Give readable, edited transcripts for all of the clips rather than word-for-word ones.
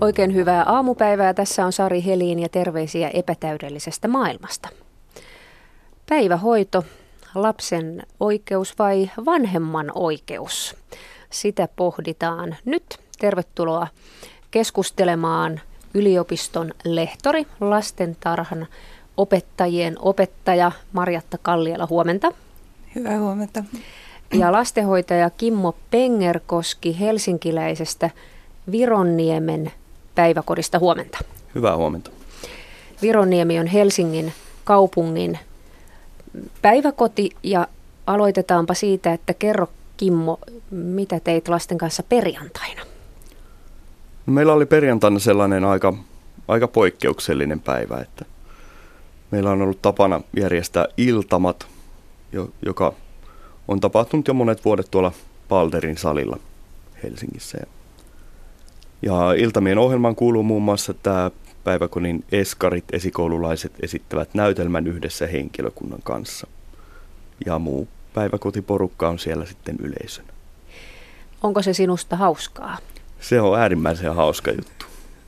Oikein hyvää aamupäivää. Tässä on Sari Helin ja terveisiä epätäydellisestä maailmasta. Päivähoito, lapsen oikeus vai vanhemman oikeus? Sitä pohditaan nyt. Tervetuloa keskustelemaan yliopiston lehtori, lastentarhan opettajien opettaja Marjatta Kalliala. Huomenta. Hyvää huomenta. Ja lastenhoitaja Kimmo Pengerkoski helsinkiläisestä Vironniemen päiväkodista. Huomenta. Hyvää huomenta. Vironniemi on Helsingin kaupungin päiväkoti ja aloitetaanpa siitä, että kerro Kimmo, mitä teit lasten kanssa perjantaina? Meillä oli perjantaina sellainen aika poikkeuksellinen päivä, että meillä on ollut tapana järjestää iltamat, joka on tapahtunut jo monet vuodet tuolla Balderin salilla Helsingissä. Ja iltamien ohjelmaan kuuluu muun muassa tämä päiväkodin eskarit, esikoululaiset esittävät näytelmän yhdessä henkilökunnan kanssa. Ja muu päiväkotiporukka on siellä sitten yleisönä. Onko se sinusta hauskaa? Se on äärimmäisen hauska juttu.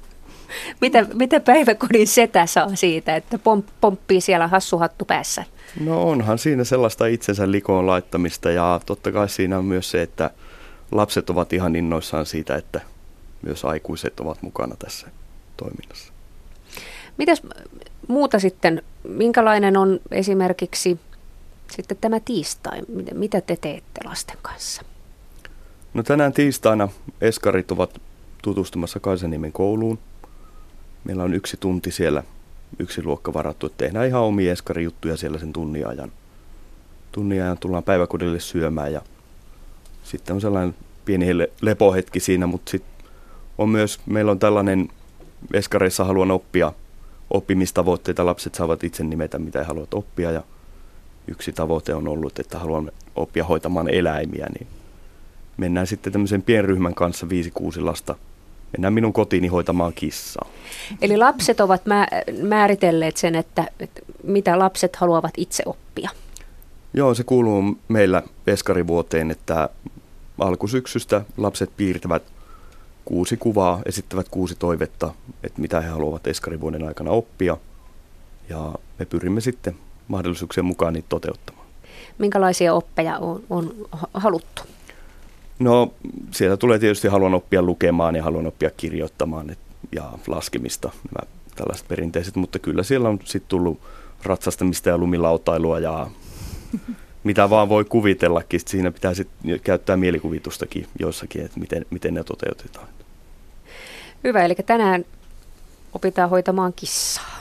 Mitä päiväkodin setä saa siitä, että pomppii siellä hassuhattu päässä? No onhan siinä sellaista itsensä likoon laittamista ja totta kai siinä on myös se, että lapset ovat ihan innoissaan siitä, että myös aikuiset ovat mukana tässä toiminnassa. Mitäs muuta sitten, minkälainen on esimerkiksi sitten tämä tiistai? Mitä te teette lasten kanssa? No tänään tiistaina eskarit ovat tutustumassa Kaisaniemen kouluun. Meillä on 1 tunti siellä, 1 luokka varattu, että tehdään ihan omia eskarijuttuja siellä sen tunnin ajan. Tunnin ajan tullaan päiväkodille syömään ja sitten on sellainen pieni lepohetki siinä, mutta sitten on myös, meillä on tällainen eskareissa haluan oppia oppimistavoitteita. Lapset saavat itse nimetä, mitä he haluavat oppia ja yksi tavoite on ollut, että haluan oppia hoitamaan eläimiä, niin mennään sitten tämmöisen pienryhmän kanssa 5-6 lasta. Mennään minun kotiini hoitamaan kissaa. Eli lapset ovat määritelleet sen, että mitä lapset haluavat itse oppia. Joo, se kuuluu meillä eskarivuoteen, että alkusyksystä lapset piirtävät 6 kuvaa, esittävät 6 toivetta, että mitä he haluavat eskarivuoden aikana oppia. Ja me pyrimme sitten mahdollisuuksien mukaan niitä toteuttamaan. Minkälaisia oppeja on haluttu? No siellä tulee tietysti haluan oppia lukemaan ja haluan oppia kirjoittamaan ja laskemista, nämä tällaiset perinteiset, mutta kyllä siellä on sitten tullut ratsastamista ja lumilautailua ja mitä vaan voi kuvitellakin. Siinä pitää sitten käyttää mielikuvitustakin joissakin, että miten ne toteutetaan. Hyvä, eli tänään opitaan hoitamaan kissaa.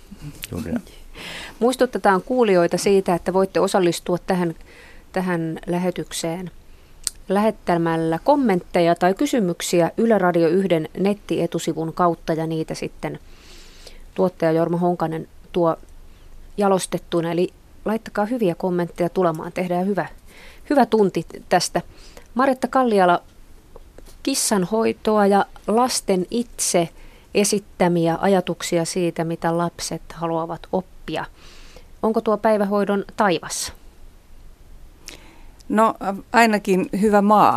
Muistutetaan kuulijoita siitä, että voitte osallistua tähän lähetykseen lähettämällä kommentteja tai kysymyksiä Yle Radio 1 nettietusivun kautta ja niitä sitten tuottaja Jorma Honkanen tuo jalostettuina. Eli laittakaa hyviä kommentteja tulemaan, tehdään hyvä tunti tästä. Marjatta Kalliala, kissanhoitoa ja lasten itse esittämiä ajatuksia siitä, mitä lapset haluavat oppia. Onko tuo päivähoidon taivas? No ainakin hyvä maa.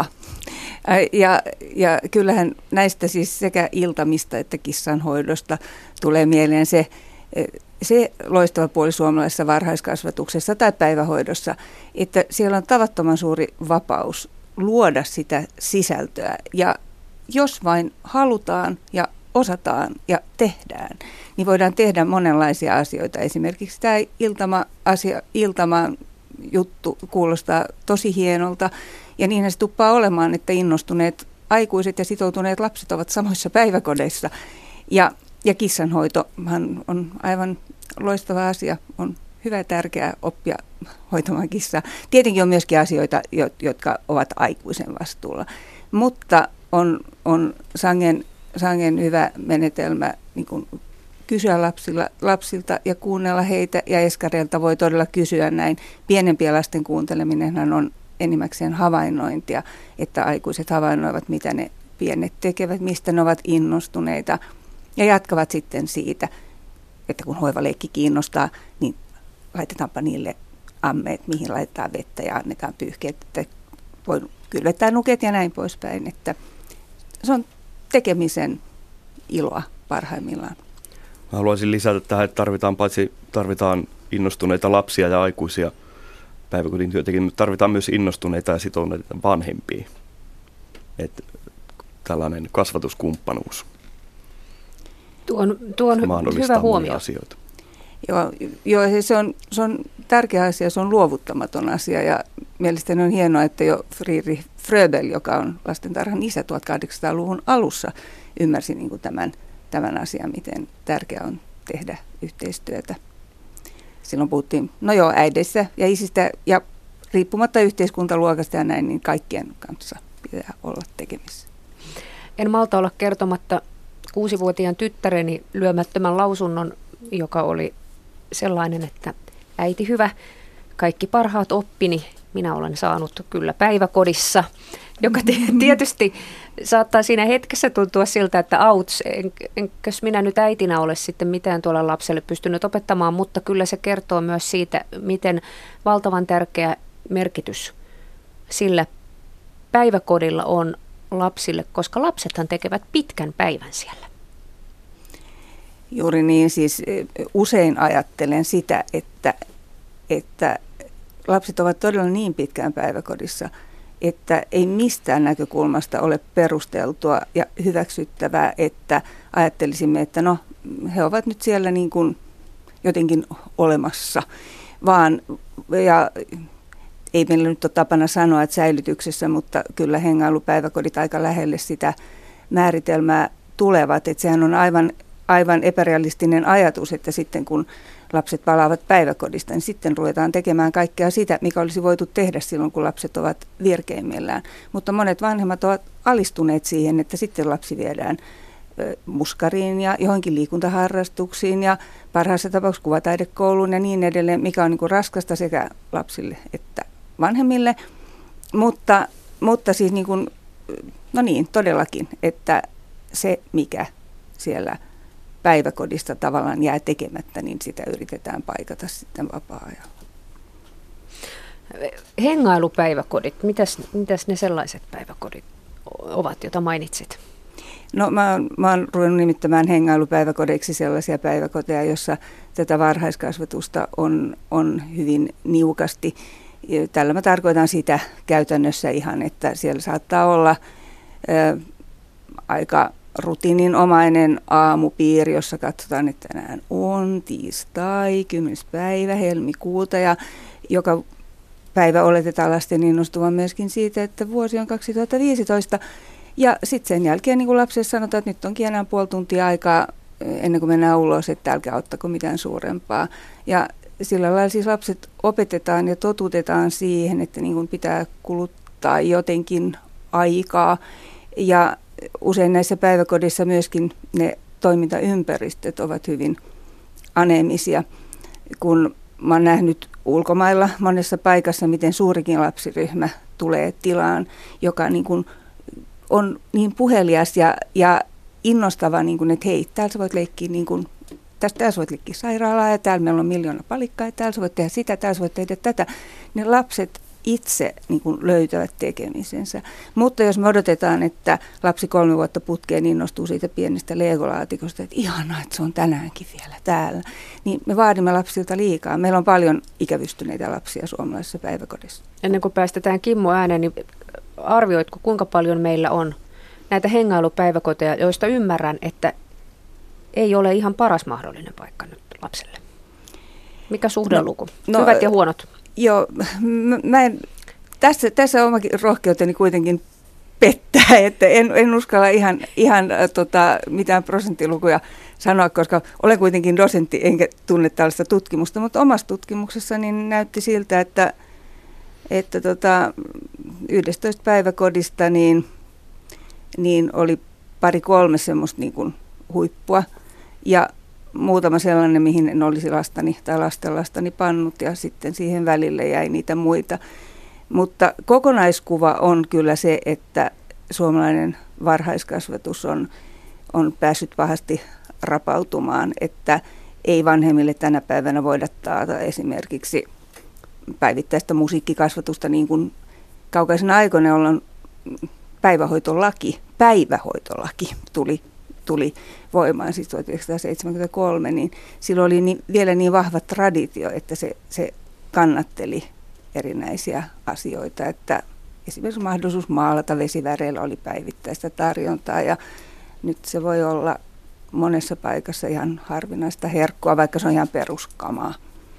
Ja kyllähän näistä siis sekä iltamista että kissanhoidosta tulee mieleen se loistava puoli suomalaisessa varhaiskasvatuksessa tai päivähoidossa, että siellä on tavattoman suuri vapaus luoda sitä sisältöä. Ja jos vain halutaan ja osataan ja tehdään, niin voidaan tehdä monenlaisia asioita. Esimerkiksi tämä iltaman juttu kuulostaa tosi hienolta ja niinhän se tuppaa olemaan, että innostuneet aikuiset ja sitoutuneet lapset ovat samoissa päiväkodeissa. Ja kissanhoitohan on aivan loistava asia, on hyvä ja tärkeää oppia hoitamaan kissaa. Tietenkin on myöskin asioita, jotka ovat aikuisen vastuulla, mutta on sangen hyvä menetelmä niin kuin kysyä lapsilta ja kuunnella heitä, ja eskareilta voi todella kysyä näin. Pienempien lasten kuunteleminenhan on enimmäkseen havainnointia, että aikuiset havainnoivat, mitä ne pienet tekevät, mistä ne ovat innostuneita, ja jatkavat sitten siitä, että kun hoivaleikki kiinnostaa, niin laitetaanpa niille ammeet, mihin laitetaan vettä ja annetaan pyyhkeet, että voi kylvettää nuket ja näin poispäin. Että se on tekemisen iloa parhaimmillaan. Mä haluaisin lisätä tähän, että tarvitaan innostuneita lapsia ja aikuisia päiväkodin työntekijöitä, mutta tarvitaan myös innostuneita ja sitoutuneita vanhempia. Että tällainen kasvatuskumppanuus. Tuo on hyvä huomio. Asioita. Joo, se on tärkeä asia, se on luovuttamaton asia ja mielestäni on hienoa, että jo Friedrich Fröbel, joka on lastentarhan isä 1800-luvun alussa, ymmärsi niin kuin tämän asian, miten tärkeää on tehdä yhteistyötä. Silloin puhuttiin, äideistä ja isistä ja riippumatta yhteiskuntaluokasta ja näin, niin kaikkien kanssa pitää olla tekemissä. En malta olla kertomatta 6-vuotiaan tyttäreni lyömättömän lausunnon, joka oli sellainen, että äiti hyvä, kaikki parhaat oppini minä olen saanut kyllä päiväkodissa, joka tietysti saattaa siinä hetkessä tuntua siltä, että enkös minä nyt äitinä ole sitten mitään tuolla lapselle pystynyt opettamaan, mutta kyllä se kertoo myös siitä, miten valtavan tärkeä merkitys sillä päiväkodilla on lapsille, koska lapsethan tekevät pitkän päivän siellä. Juuri niin, siis usein ajattelen sitä, että lapset ovat todella niin pitkään päiväkodissa, että ei mistään näkökulmasta ole perusteltua ja hyväksyttävää, että ajattelisimme, että he ovat nyt siellä niin kuin jotenkin olemassa, vaan ja ei meillä nyt ole tapana sanoa, että säilytyksessä, mutta kyllä hengailupäiväkodit aika lähelle sitä määritelmää tulevat, että sehän on aivan epärealistinen ajatus, että sitten kun lapset palaavat päiväkodista, niin sitten ruvetaan tekemään kaikkea sitä, mikä olisi voitu tehdä silloin, kun lapset ovat virkeimmillään. Mutta monet vanhemmat ovat alistuneet siihen, että sitten lapsi viedään muskariin ja johonkin liikuntaharrastuksiin ja parhaassa tapauksessa kuvataidekouluun ja niin edelleen, mikä on niin kuin raskasta sekä lapsille että vanhemmille. Mutta siis niin kuin, todellakin, että se mikä siellä päiväkodista tavallaan jää tekemättä, niin sitä yritetään paikata sitten vapaa-ajalla. Hengailupäiväkodit, mitäs ne sellaiset päiväkodit ovat, joita mainitsit? No mä oon ruvennut nimittämään hengailupäiväkodeiksi sellaisia päiväkoteja, jossa tätä varhaiskasvatusta on hyvin niukasti. Tällä mä tarkoitan sitä käytännössä ihan, että siellä saattaa olla aika rutiininomainen aamupiiri, jossa katsotaan, että tänään on tiistai, 10. päivä helmikuuta ja joka päivä oletetaan lasten innostuvan myöskin siitä, että vuosi on 2015 ja sitten sen jälkeen niin kuin lapselle sanotaan, että nyt onkin enää puoli tuntia aikaa ennen kuin mennään ulos, että älkää ottako mitään suurempaa ja sillä lailla siis lapset opetetaan ja totutetaan siihen, että niin kuin pitää kuluttaa jotenkin aikaa ja usein näissä päiväkodissa myöskin ne toimintaympäristöt ovat hyvin aneemisia, kun mä oon nähnyt ulkomailla monessa paikassa, miten suurikin lapsiryhmä tulee tilaan, joka niin kuin on niin puhelias ja innostava, niin kuin, että hei, täällä sä voit leikkiä niin kuin, täällä sä voit leikkiä sairaalaa ja täällä meillä on 1 miljoona palikkaa ja täällä sä voit tehdä sitä, täällä sä voit tehdä tätä. Ne lapset itse niin kuin löytävät tekemisensä. Mutta jos me odotetaan, että lapsi 3 vuotta putkeen innostuu siitä pienestä Lego-laatikosta, että ihanaa, että se on tänäänkin vielä täällä, niin me vaadimme lapsilta liikaa. Meillä on paljon ikävystyneitä lapsia suomalaisessa päiväkodissa. Ennen kuin päästetään Kimmo ääneen, niin arvioitko, kuinka paljon meillä on näitä hengailupäiväkoteja, joista ymmärrän, että ei ole ihan paras mahdollinen paikka nyt lapselle? Mikä suhdeluku? Hyvät ja huonot. Joo, tässä omakin rohkeuteni kuitenkin pettää, että en uskalla ihan mitään prosenttilukuja sanoa, koska olen kuitenkin dosentti enkä tunne tällaista tutkimusta, mutta omassa tutkimuksessani näytti siltä, että 11 päiväkodista niin oli 2-3 semmoista niin kuin huippua ja muutama sellainen, mihin en olisi lastani tai lastenlastani pannut ja sitten siihen välille jäi niitä muita. Mutta kokonaiskuva on kyllä se, että suomalainen varhaiskasvatus on päässyt pahasti rapautumaan, että ei vanhemmille tänä päivänä voida taata esimerkiksi päivittäistä musiikkikasvatusta niin kuin kaukaisena aikoina, jolloin päivähoitolaki tuli tuli voimaan, siis 1973, niin silloin oli vielä niin vahva traditio, että se kannatteli erinäisiä asioita, että esimerkiksi mahdollisuus maalata vesiväreillä oli päivittäistä tarjontaa ja nyt se voi olla monessa paikassa ihan harvinaista herkkua, vaikka se on ihan peruskamaa.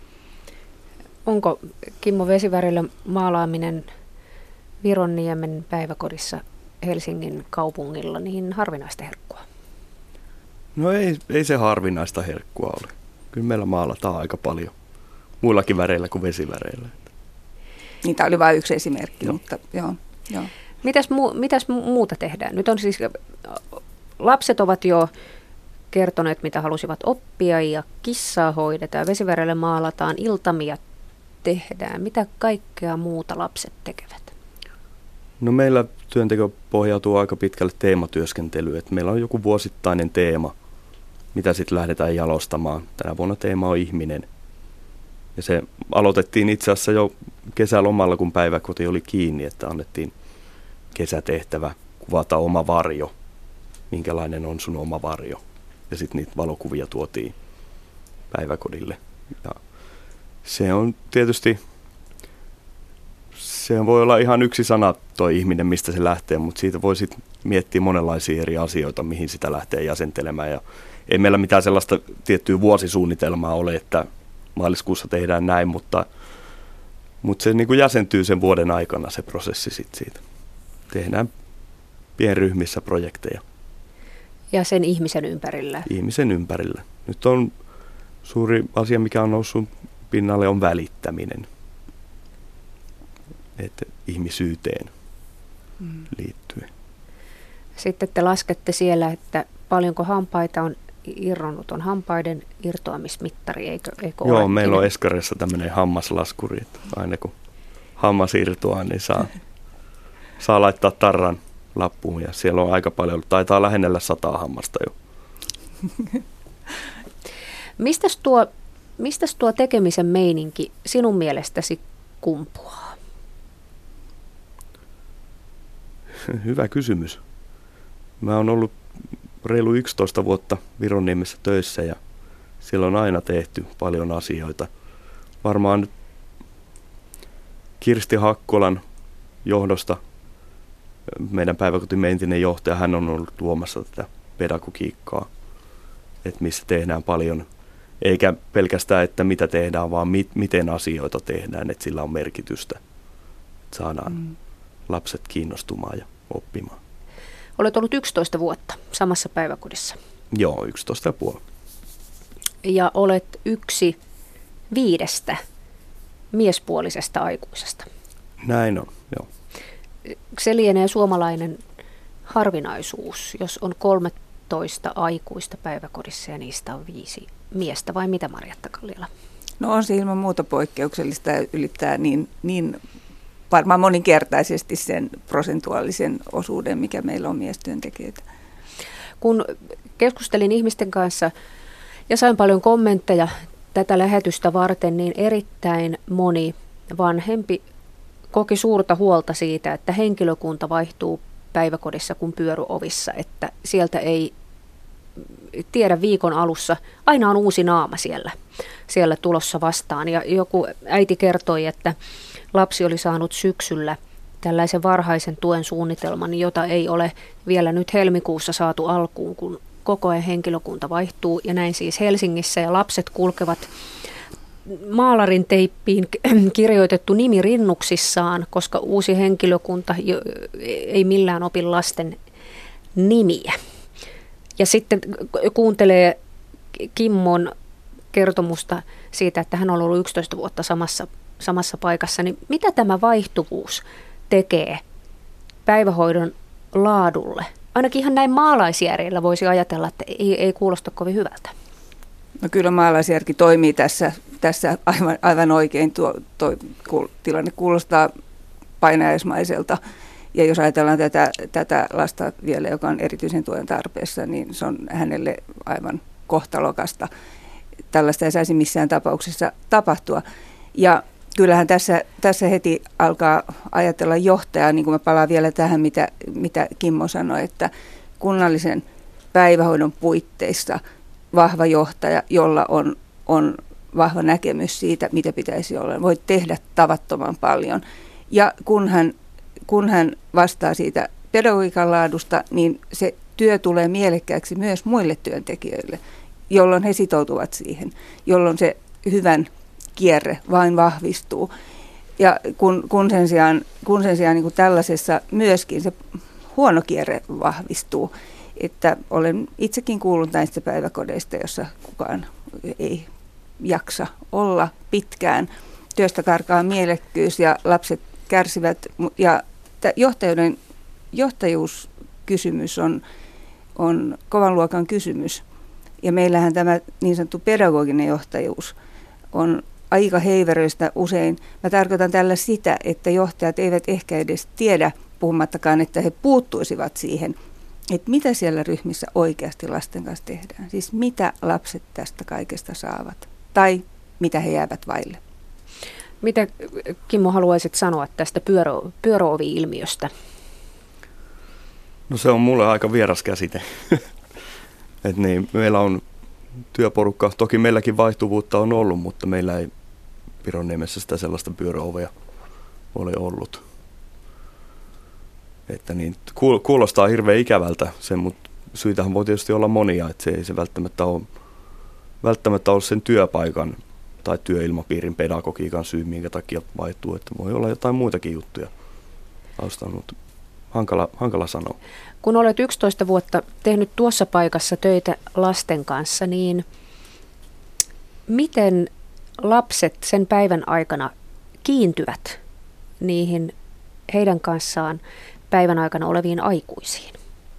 Onko, Kimmo, vesivärillä maalaaminen Vironniemen päiväkodissa Helsingin kaupungilla niin harvinaista herkkua? No ei se harvinaista herkkua ole. Kyllä meillä maalataan aika paljon. Muillakin väreillä kuin vesiväreillä. Niitä oli vain yksi esimerkki, joo. Mutta joo. Mitäs muuta tehdään? Nyt on siis, lapset ovat jo kertoneet, mitä halusivat oppia, ja kissaa hoidetaan, vesivärelle maalataan, iltamia tehdään. Mitä kaikkea muuta lapset tekevät? No meillä työnteko pohjautuu aika pitkälle teematyöskentelyyn. Että meillä on joku vuosittainen teema, mitä sitten lähdetään jalostamaan. Tänä vuonna teema on ihminen. Ja se aloitettiin itse asiassa jo kesälomalla, kun päiväkoti oli kiinni, että annettiin kesätehtävä kuvata oma varjo. Minkälainen on sun oma varjo. Ja sitten niitä valokuvia tuotiin päiväkodille. Ja se on tietysti, se voi olla ihan yksi sana toi ihminen, mistä se lähtee, mutta siitä voi sitten miettiä monenlaisia eri asioita, mihin sitä lähtee jäsentelemään. Ja ei meillä mitään sellaista tiettyä vuosisuunnitelmaa ole, että maaliskuussa tehdään näin, mutta se niin kuin jäsentyy sen vuoden aikana se prosessi sitten siitä. Tehdään pienryhmissä projekteja. Ja sen ihmisen ympärillä? Ihmisen ympärillä. Nyt on suuri asia, mikä on noussut pinnalle, on välittäminen. Että ihmisyyteen liittyen. Sitten te laskette siellä, että paljonko hampaita on irronnut, on hampaiden irtoamismittari, eikö Joo, ole? meillä on Eskarissa tämmöinen hammaslaskuri, että aina kun hammas irtoaa, niin saa laittaa tarran lappuun ja siellä on aika paljon, taitaa lähennellä 100 hammasta jo. Mistäs tuo tekemisen meininki sinun mielestäsi kumpuaa? Hyvä kysymys. Mä oon ollut reilu 11 vuotta Vironniemessä töissä ja siellä on aina tehty paljon asioita. Varmaan nyt Kirsti Hakkolan johdosta meidän päiväkotimme entinen johtaja, hän on ollut tuomassa tätä pedagogiikkaa, että missä tehdään paljon, eikä pelkästään, että mitä tehdään, vaan miten asioita tehdään, että sillä on merkitystä, että saadaan lapset kiinnostumaan ja oppimaan. Olet ollut 11 vuotta samassa päiväkodissa. Joo, 11,5. Ja olet yksi 5 miespuolisesta aikuisesta. Näin on, joo. Se lienee suomalainen harvinaisuus, jos on 13 aikuista päiväkodissa ja niistä on 5 miestä, vai mitä, Marjatta Kallila? No on se ilman muuta poikkeuksellista ja ylittää niin varmaan moninkertaisesti sen prosentuaalisen osuuden, mikä meillä on miestyöntekijöitä. Kun keskustelin ihmisten kanssa ja sain paljon kommentteja tätä lähetystä varten, niin erittäin moni vanhempi koki suurta huolta siitä, että henkilökunta vaihtuu päiväkodissa kuin pyöryovissa, että sieltä ei tiedä viikon alussa, aina on uusi naama siellä tulossa vastaan. Ja joku äiti kertoi, että lapsi oli saanut syksyllä tällaisen varhaisen tuen suunnitelman, jota ei ole vielä nyt helmikuussa saatu alkuun, kun koko ajan henkilökunta vaihtuu. Ja näin siis Helsingissä, ja lapset kulkevat maalarin teippiin kirjoitettu nimi rinnuksissaan, koska uusi henkilökunta ei millään opi lasten nimiä. Ja sitten kuuntelee Kimmon kertomusta siitä, että hän on ollut 11 vuotta samassa paikassa, niin mitä tämä vaihtuvuus tekee päivähoidon laadulle? Ainakin ihan näin maalaisjärjellä voisi ajatella, että ei kuulosta kovin hyvältä. No kyllä maalaisjärki toimii tässä aivan oikein. Tuo tilanne kuulostaa painajaismaiselta. Ja jos ajatellaan tätä lasta vielä, joka on erityisen tuen tarpeessa, niin se on hänelle aivan kohtalokasta. Tällaista ei saisi missään tapauksessa tapahtua. Ja kyllähän tässä heti alkaa ajatella johtajaa, niin kuin mä palaan vielä tähän, mitä Kimmo sanoi, että kunnallisen päivähoidon puitteissa vahva johtaja, jolla on vahva näkemys siitä, mitä pitäisi olla. Voi tehdä tavattoman paljon. Ja kun hän vastaa siitä pedagogiikan laadusta, niin se työ tulee mielekkääksi myös muille työntekijöille, jolloin he sitoutuvat siihen, jolloin se hyvän kierre vain vahvistuu. Ja kun sen sijaan niin kuin tällaisessa myöskin se huono kierre vahvistuu, että olen itsekin kuullut näistä päiväkodeista, jossa kukaan ei jaksa olla pitkään, työstä karkaa mielekkyys ja lapset kärsivät. Ja johtajuuskysymys on kovan luokan kysymys. Ja meillähän tämä niin sanottu pedagoginen johtajuus on aika heiveröistä usein. Mä tarkoitan tällä sitä, että johtajat eivät ehkä edes tiedä, puhumattakaan, että he puuttuisivat siihen, että mitä siellä ryhmissä oikeasti lasten kanssa tehdään. Siis mitä lapset tästä kaikesta saavat tai mitä he jäävät vaille. Mitä, Kimmo, haluaisit sanoa tästä pyöröovi-ilmiöstä? No se on mulle aika vieras käsite. Et niin, meillä on työporukka, toki meilläkin vaihtuvuutta on ollut, mutta meillä ei Pironniemessä sitä sellaista pyöröovea ole ollut. Että niin, kuulostaa hirveän ikävältä sen, mutta syitähän voi tietysti olla monia, että se ei se välttämättä ole sen työpaikan tai työilmapiirin pedagogiikan syy, minkä takia vaihtuu, että voi olla jotain muitakin juttuja taustalla, mutta hankala sanoa. Kun olet 11 vuotta tehnyt tuossa paikassa töitä lasten kanssa, niin miten lapset sen päivän aikana kiintyvät niihin heidän kanssaan päivän aikana oleviin aikuisiin?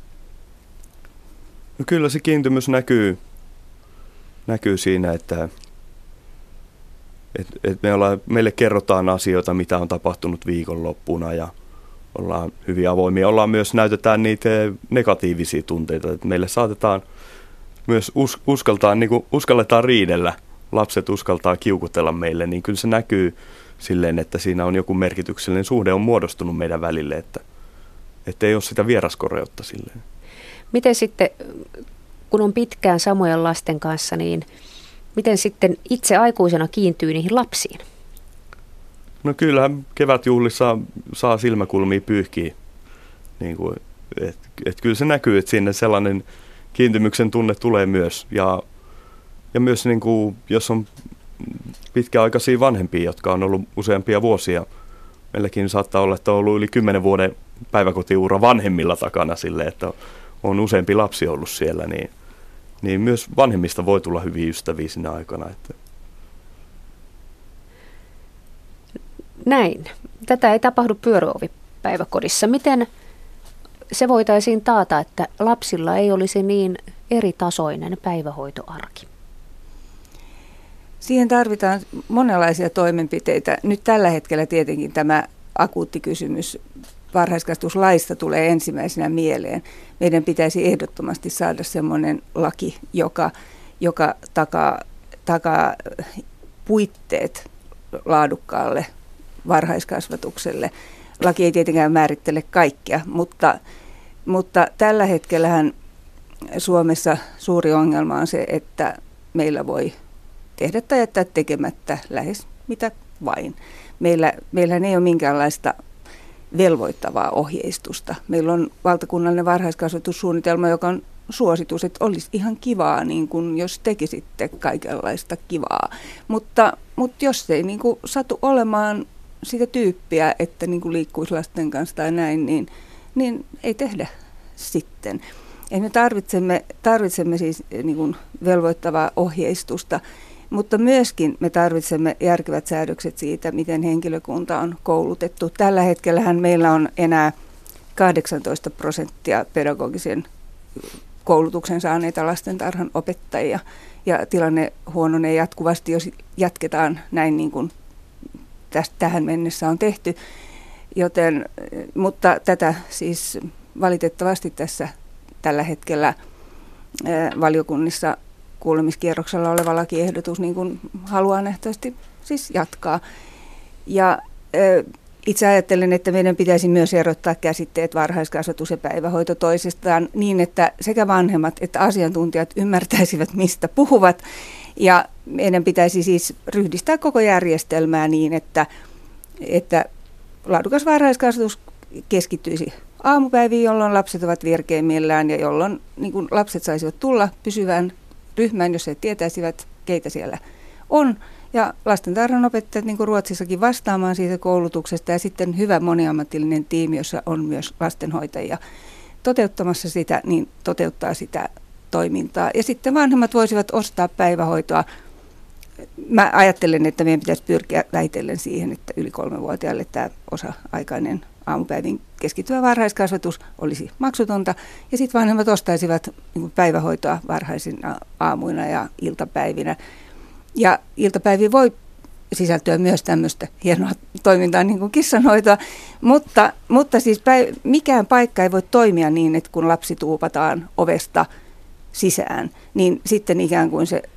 No kyllä se kiintymys näkyy siinä, että meille kerrotaan asioita, mitä on tapahtunut viikonloppuna ja ollaan hyvin avoimia. Näytetään niitä negatiivisia tunteita. Että meille saatetaan myös uskalletaan riidellä. Lapset uskaltaa kiukutella meille, niin kyllä se näkyy silleen, että siinä on joku merkityksellinen suhde on muodostunut meidän välille, että ei ole sitä vieraskoreutta silleen. Miten sitten, kun on pitkään samojen lasten kanssa, niin miten sitten itse aikuisena kiintyy niihin lapsiin? No kyllähän kevätjuhlissa saa silmäkulmia pyyhkiä. Niin et kyllä se näkyy, että sinne sellainen kiintymyksen tunne tulee myös. Ja myös niin kuin, jos on pitkäaikaisia vanhempia, jotka on ollut useampia vuosia. Meilläkin saattaa olla, että on ollut yli 10 vuoden päiväkotiura vanhemmilla takana sille, että on useampi lapsi ollut siellä. Niin myös vanhemmista voi tulla hyviä ystäviä siinä aikana. Että. Näin. Tätä ei tapahdu pyöröovipäiväkodissa. Miten se voitaisiin taata, että lapsilla ei olisi niin eritasoinen päivähoitoarki? Siihen tarvitaan monenlaisia toimenpiteitä. Nyt tällä hetkellä tietenkin tämä akuutti kysymys varhaiskasvatuslaista tulee ensimmäisenä mieleen. Meidän pitäisi ehdottomasti saada sellainen laki, joka takaa puitteet laadukkaalle varhaiskasvatukselle. Laki ei tietenkään määrittele kaikkea, mutta tällä hetkellähän Suomessa suuri ongelma on se, että meillä voi tehdä tai jättää tekemättä lähes mitä vain. Meillä ei ole minkäänlaista velvoittavaa ohjeistusta. Meillä on valtakunnallinen varhaiskasvatussuunnitelma, joka on suositus, että olisi ihan kivaa, niin kuin jos tekisitte kaikenlaista kivaa. Mutta jos ei niin kuin satu olemaan sitä tyyppiä, että niin kuin liikkuisi lasten kanssa tai näin, niin ei tehdä sitten. Eli me tarvitsemme siis niin kuin velvoittavaa ohjeistusta, mutta myöskin me tarvitsemme järkevät säädökset siitä, miten henkilökunta on koulutettu. Tällä hetkellähän meillä on enää 18% pedagogisen koulutuksen saaneita lastentarhan opettajia, ja tilanne huononee jatkuvasti, jos jatketaan näin niin kuin tähän mennessä on tehty. Mutta tätä siis valitettavasti tällä hetkellä valiokunnissa kuulemiskierroksella oleva lakiehdotus niin kuin haluaa nähtävästi siis jatkaa. Ja itse ajattelen, että meidän pitäisi myös erottaa käsitteet varhaiskasvatus ja päivähoito toisistaan niin, että sekä vanhemmat että asiantuntijat ymmärtäisivät, mistä puhuvat. Ja meidän pitäisi siis ryhdistää koko järjestelmää niin, että laadukas varhaiskasvatus keskittyisi aamupäiviin, jolloin lapset ovat virkeimmillään ja jolloin niin kuin lapset saisivat tulla pysyvään ryhmään, jos he tietäisivät, keitä siellä on. Ja lastentarhanopettajat, niin kuin Ruotsissakin, vastaamaan siitä koulutuksesta ja sitten hyvä moniammatillinen tiimi, jossa on myös lastenhoitajia toteuttamassa sitä, niin toteuttaa sitä toimintaa. Ja sitten vanhemmat voisivat ostaa päivähoitoa. Mä ajattelen, että meidän pitäisi pyrkiä vähitellen siihen, että yli 3-vuotiaille tämä osa-aikainen aamupäivin keskittyvä varhaiskasvatus olisi maksutonta. Ja sitten vanhemmat ostaisivat päivähoitoa varhaisina aamuina ja iltapäivinä. Ja iltapäiviin voi sisältyä myös tämmöistä hienoa toimintaa niin kuin kissanhoitoa, mutta siis mikään paikka ei voi toimia niin, että kun lapsi tuupataan ovesta sisään, niin sitten ikään kuin se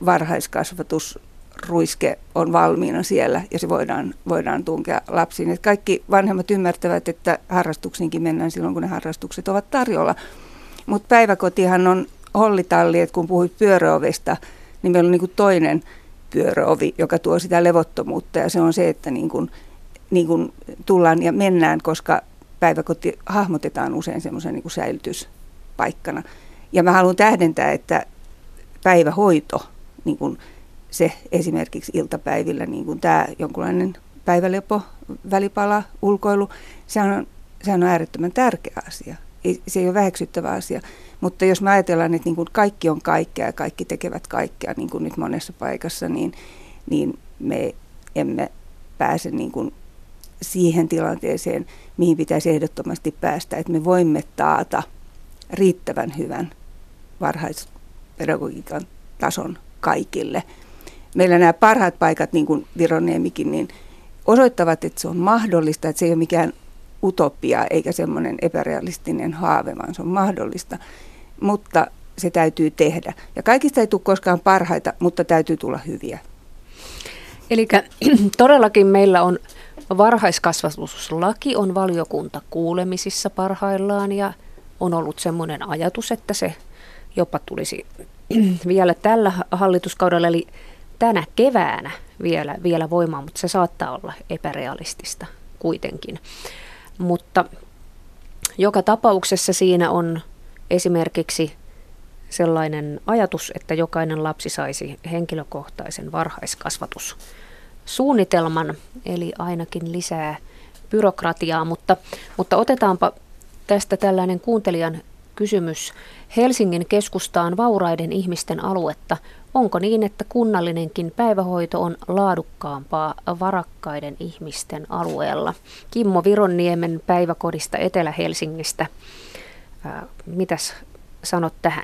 varhaiskasvatusruiske on valmiina siellä ja se voidaan tunkea lapsiin. Että kaikki vanhemmat ymmärtävät, että harrastuksiinkin mennään silloin, kun ne harrastukset ovat tarjolla. Mutta päiväkotihan on hollitalli, että kun puhuit pyöröovesta, niin meillä on niin kuin toinen pyöröovi, joka tuo sitä levottomuutta, ja se on se, että niin kuin tullaan ja mennään, koska päiväkoti hahmotetaan usein semmoisen niin kuin säilytyspaikkana. Ja mä haluan tähdentää, että päivähoito, niin kuin se esimerkiksi iltapäivillä, niin kuin tämä jonkunlainen päivälepo, välipala, ulkoilu, sehän on äärettömän tärkeä asia. Se ei ole väheksyttävä asia, mutta jos me ajatellaan, että niin kuin kaikki on kaikkea ja kaikki tekevät kaikkea, niin kuin nyt monessa paikassa, niin me emme pääse niin kuin siihen tilanteeseen, mihin pitäisi ehdottomasti päästä, että me voimme taata riittävän hyvän varhaispedagogiikan tason kaikille. Meillä nämä parhaat paikat, niin kuin Vironiemikin, niin osoittavat, että se on mahdollista, että se ei ole mikään utopia eikä semmoinen epärealistinen haave, vaan se on mahdollista, mutta se täytyy tehdä. Ja kaikista ei tule koskaan parhaita, mutta täytyy tulla hyviä. Eli todellakin meillä on varhaiskasvatuslaki, on valiokunta kuulemisissa parhaillaan ja on ollut semmoinen ajatus, että se jopa tulisi vielä tällä hallituskaudella, eli tänä keväänä vielä voimaan, mutta se saattaa olla epärealistista kuitenkin. Mutta joka tapauksessa siinä on esimerkiksi sellainen ajatus, että jokainen lapsi saisi henkilökohtaisen varhaiskasvatussuunnitelman, eli ainakin lisää byrokratiaa, mutta otetaanpa tästä tällainen kuuntelijan kysymys. Helsingin keskusta on vauraiden ihmisten aluetta. Onko niin, että kunnallinenkin päivähoito on laadukkaampaa varakkaiden ihmisten alueella? Kimmo Vironniemen päiväkodista Etelä-Helsingistä. Mitäs sanot tähän?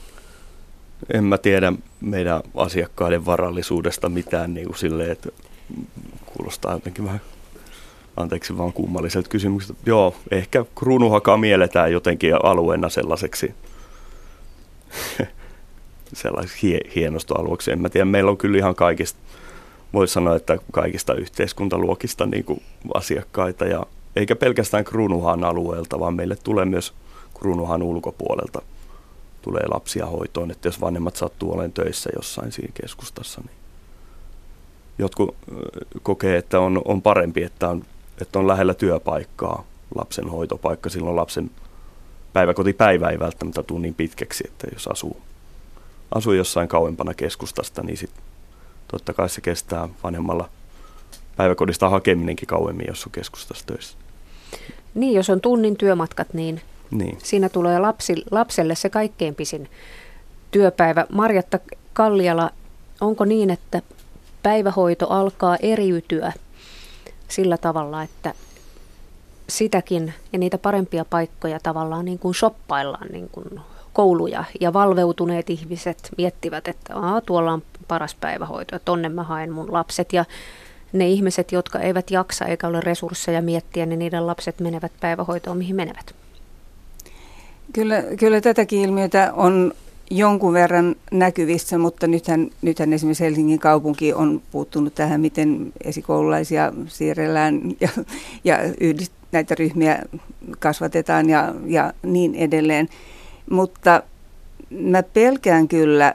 En mä tiedä meidän asiakkaiden varallisuudesta mitään niin kuin silleen, että kuulostaa jotenkin vähän, anteeksi vaan kummalliselta kysymykseltä. Joo, ehkä Kruunuhakaa mielletään jotenkin alueena sellaiseksi hienostoalueeksi. En mä tiedä, meillä on kyllä ihan kaikista, voisi sanoa, että kaikista yhteiskuntaluokista niin kuin asiakkaita, ja eikä pelkästään Kruunuhaan alueelta, vaan meille tulee myös Kruunuhaan ulkopuolelta tulee lapsia hoitoon, että jos vanhemmat sattuu olemaan töissä jossain siinä keskustassa, niin jotkut kokee, että on parempi, että on lähellä työpaikkaa, lapsen hoitopaikka, silloin lapsen päiväkotipäivä ei välttämättä tule niin pitkäksi, että jos asuu jossain kauempana keskustasta, niin sit totta kai se kestää vanhemmalla päiväkodista hakeminenkin kauemmin, jos on keskustassa töissä. Niin, jos on tunnin työmatkat, niin. Siinä tulee lapselle se kaikkein pisin työpäivä. Marjatta Kalliala, onko niin, että päivähoito alkaa eriytyä sillä tavalla, että sitäkin ja niitä parempia paikkoja tavallaan niin kuin shoppaillaan niin kuin kouluja ja valveutuneet ihmiset miettivät, että tuolla on paras päivähoito ja tonne mä haen mun lapset, ja ne ihmiset, jotka eivät jaksa eikä ole resursseja miettiä, niin niiden lapset menevät päivähoitoon, mihin menevät. Kyllä tätäkin ilmiötä jonkun verran näkyvissä, mutta nythän esimerkiksi Helsingin kaupunki on puuttunut tähän, miten esikoululaisia siirrellään ja näitä ryhmiä kasvatetaan ja niin edelleen. Mutta mä pelkään kyllä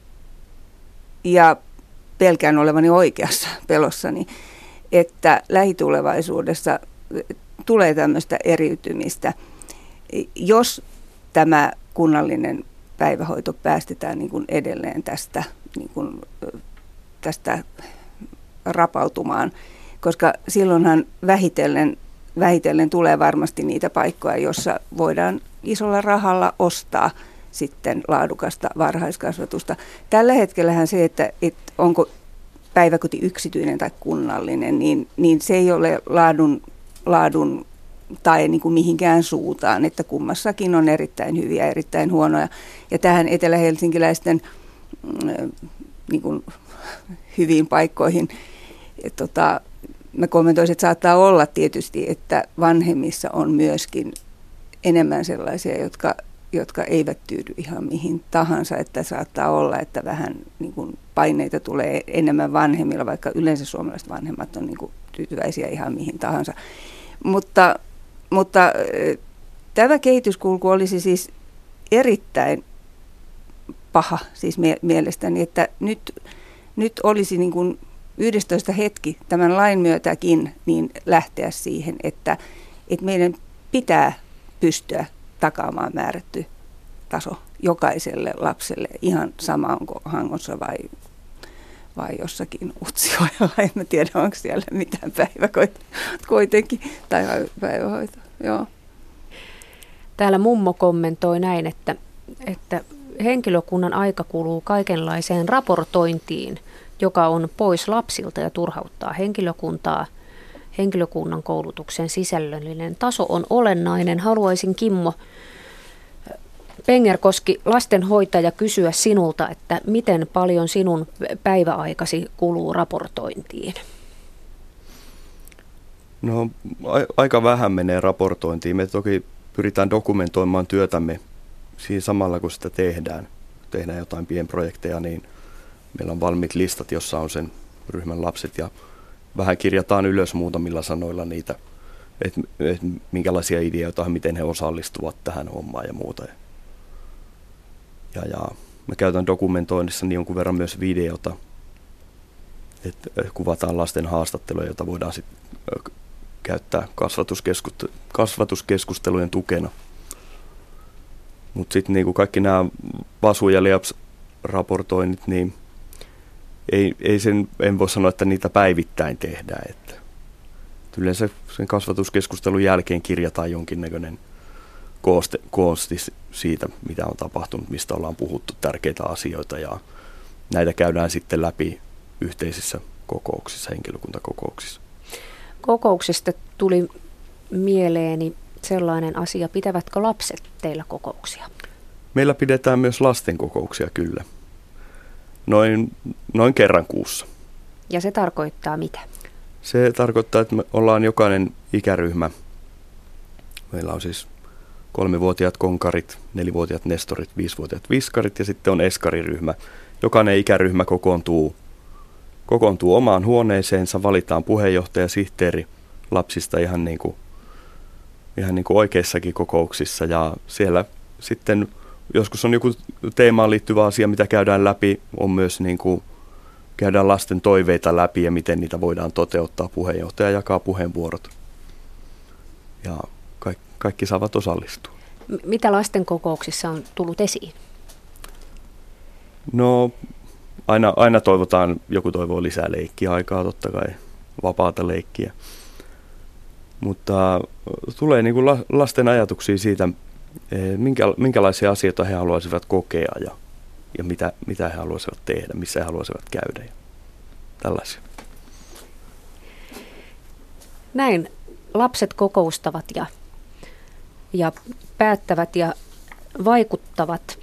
ja pelkään olevani oikeassa pelossani, että lähitulevaisuudessa tulee tämmöistä eriytymistä, jos tämä kunnallinen päivähoito päästetään niin kuin edelleen tästä rapautumaan, koska silloinhan vähitellen tulee varmasti niitä paikkoja, joissa voidaan isolla rahalla ostaa sitten laadukasta varhaiskasvatusta. Tällä hetkellähän se, että onko päiväkoti yksityinen tai kunnallinen, niin se ei ole laadun tai niin kuin mihinkään suuntaan, että kummassakin on erittäin hyviä ja erittäin huonoja. Ja tähän etelähelsinkiläisten niin kuin hyviin paikkoihin mä kommentoisin, että saattaa olla tietysti, että vanhemmissa on myöskin enemmän sellaisia, jotka eivät tyydy ihan mihin tahansa, että saattaa olla, että vähän niin kuin paineita tulee enemmän vanhemmilla, vaikka yleensä suomalaiset vanhemmat on niin kuin tyytyväisiä ihan mihin tahansa. Mutta tämä kehityskulku olisi siis erittäin paha siis mielestäni, että nyt olisi niin kuin 11 hetki tämän lain myötäkin niin lähteä siihen, että meidän pitää pystyä takaamaan määrätty taso jokaiselle lapselle, ihan sama onko Hangossa vai jossakin Utsjoella. En mä tiedä, onko siellä mitään päiväkoita kuitenkin, tai päivähoito, joo. Täällä mummo kommentoi näin, että henkilökunnan aika kuluu kaikenlaiseen raportointiin, joka on pois lapsilta ja turhauttaa henkilökuntaa. Henkilökunnan koulutuksen sisällöllinen taso on olennainen. Haluaisin, Kimmo Pengerkoski, lastenhoitaja, kysyä sinulta, että miten paljon sinun päiväaikasi kuluu raportointiin? No aika vähän menee raportointiin. Me toki pyritään dokumentoimaan työtämme siinä samalla, kun sitä tehdään jotain pienprojekteja, niin meillä on valmiit listat, jossa on sen ryhmän lapset ja vähän kirjataan ylös muutamilla sanoilla niitä, että minkälaisia ideoita, miten he osallistuvat tähän hommaan ja muuta. Ja mä käytän dokumentoinnissa jonkun verran myös videota, että kuvataan lasten haastatteluja, joita voidaan sitten käyttää kasvatuskeskustelujen tukena. Mutta sitten niin kuin kaikki nämä VASU- ja LEAPS-raportoinnit, niin en voi sanoa, että niitä päivittäin tehdään. Että yleensä sen kasvatuskeskustelun jälkeen kirjataan jonkinnäköinen koosti siitä, mitä on tapahtunut, mistä ollaan puhuttu, tärkeitä asioita, ja näitä käydään sitten läpi yhteisissä kokouksissa, henkilökuntakokouksissa. Kokouksesta tuli mieleeni sellainen asia, pitävätkö lapset teillä kokouksia? Meillä pidetään myös lasten kokouksia kyllä, noin kerran kuussa. Ja se tarkoittaa mitä? Se tarkoittaa, että me ollaan jokainen ikäryhmä. Meillä on siis 3-vuotiaat konkarit, 4-vuotiaat nestorit, 5-vuotiaat viskarit ja sitten on eskariryhmä. Jokainen ikäryhmä kokoontuu omaan huoneeseensa, valitaan puheenjohtaja, sihteeri lapsista ihan niin kuin oikeissakin kokouksissa. Ja siellä sitten joskus on joku teemaan liittyvä asia, mitä käydään läpi, on myös niin kuin käydään lasten toiveita läpi ja miten niitä voidaan toteuttaa. Puheenjohtaja jakaa puheenvuorot ja kaikki saavat osallistua. Mitä lasten kokouksissa on tullut esiin? No aina joku toivoo lisää leikkiaikaa, totta kai vapaata leikkiä. Mutta tulee niin kuin lasten ajatuksia siitä, minkälaisia asioita he haluaisivat kokea ja mitä he haluaisivat tehdä, missä he haluaisivat käydä ja tällaisia. Näin lapset kokoustavat ja päättävät ja vaikuttavat.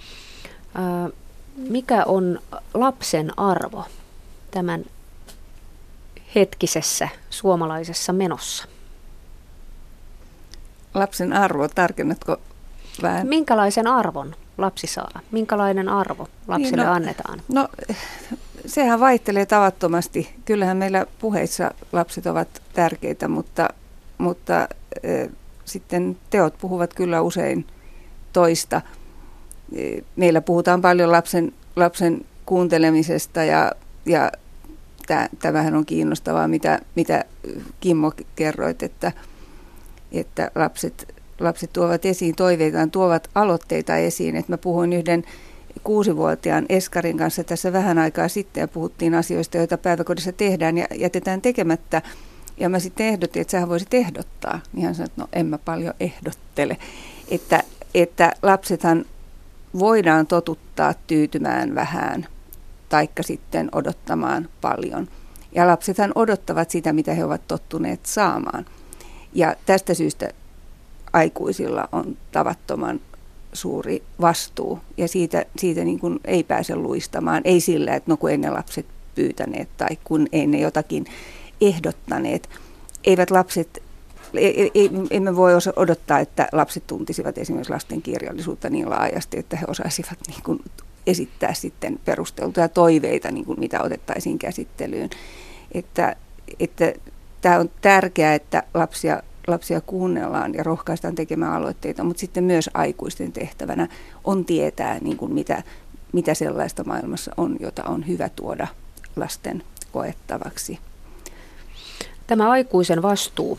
Mikä on lapsen arvo tämän hetkisessä suomalaisessa menossa? Lapsen arvo, tarkennatko vähän? Minkälaisen arvon lapsi saa? Minkälainen arvo lapselle annetaan? No, sehän vaihtelee tavattomasti. Kyllähän meillä puheissa lapset ovat tärkeitä, mutta sitten teot puhuvat kyllä usein toista. Meillä puhutaan paljon lapsen kuuntelemisesta ja tämähän on kiinnostavaa, mitä Kimmo kerroit, että lapset tuovat esiin toiveitaan, tuovat aloitteita esiin. Että mä puhuin yhden 6-vuotiaan Eskarin kanssa tässä vähän aikaa sitten ja puhuttiin asioista, joita päiväkodissa tehdään ja jätetään tekemättä. Ja mä sitten ehdotin, että sähän voisit ehdottaa. Niin hän sanoi, että no en mä paljon ehdottele. Että lapsethan voidaan totuttaa tyytymään vähän taikka sitten odottamaan paljon. Ja lapsethan odottavat sitä, mitä he ovat tottuneet saamaan. Ja tästä syystä aikuisilla on tavattoman suuri vastuu. Ja siitä niin kuin ei pääse luistamaan. Ei sillä, että no kun ei ne lapset pyytäneet tai kun ei ne jotakin ehdottaneet. Eivät lapset, emme voi odottaa, että lapset tuntisivat esimerkiksi lasten kirjallisuutta niin laajasti, että he osaisivat niin kuin esittää sitten perusteltuja toiveita, niin kuin mitä otettaisiin käsittelyyn. Että tämä on tärkeää, että lapsia kuunnellaan ja rohkaistaan tekemään aloitteita, mutta sitten myös aikuisten tehtävänä on tietää, niin kuin mitä sellaista maailmassa on, jota on hyvä tuoda lasten koettavaksi. Tämä aikuisen vastuu.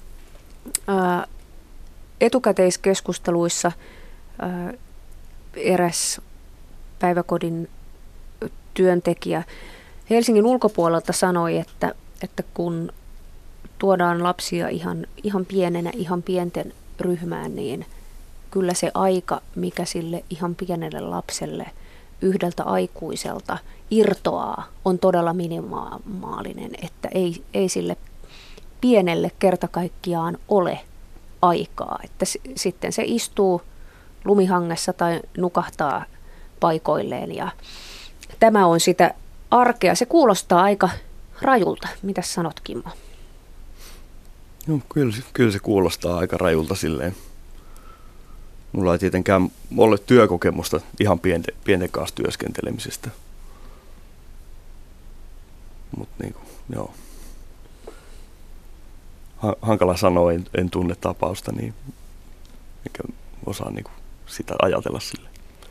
Etukäteiskeskusteluissa eräs päiväkodin työntekijä Helsingin ulkopuolelta sanoi, että kun tuodaan lapsia ihan pienenä, ihan pienten ryhmään, niin kyllä se aika, mikä sille ihan pienelle lapselle yhdeltä aikuiselta irtoaa, on todella minimaalinen, että ei sille pienelle kerta kaikkiaan ole aikaa, että sitten se istuu lumihangessa tai nukahtaa paikoilleen ja tämä on sitä arkea. Se kuulostaa aika rajulta. Mitäs sanot, Kimmo? No, kyllä se kuulostaa aika rajulta silleen. Mulla ei tietenkään ole työkokemusta ihan pienten kanssa työskentelemisestä. Mutta niin kuin, joo. Hankala sanoa, en tunne tapausta, niin eikä osaa niin kuin sitä ajatella sille.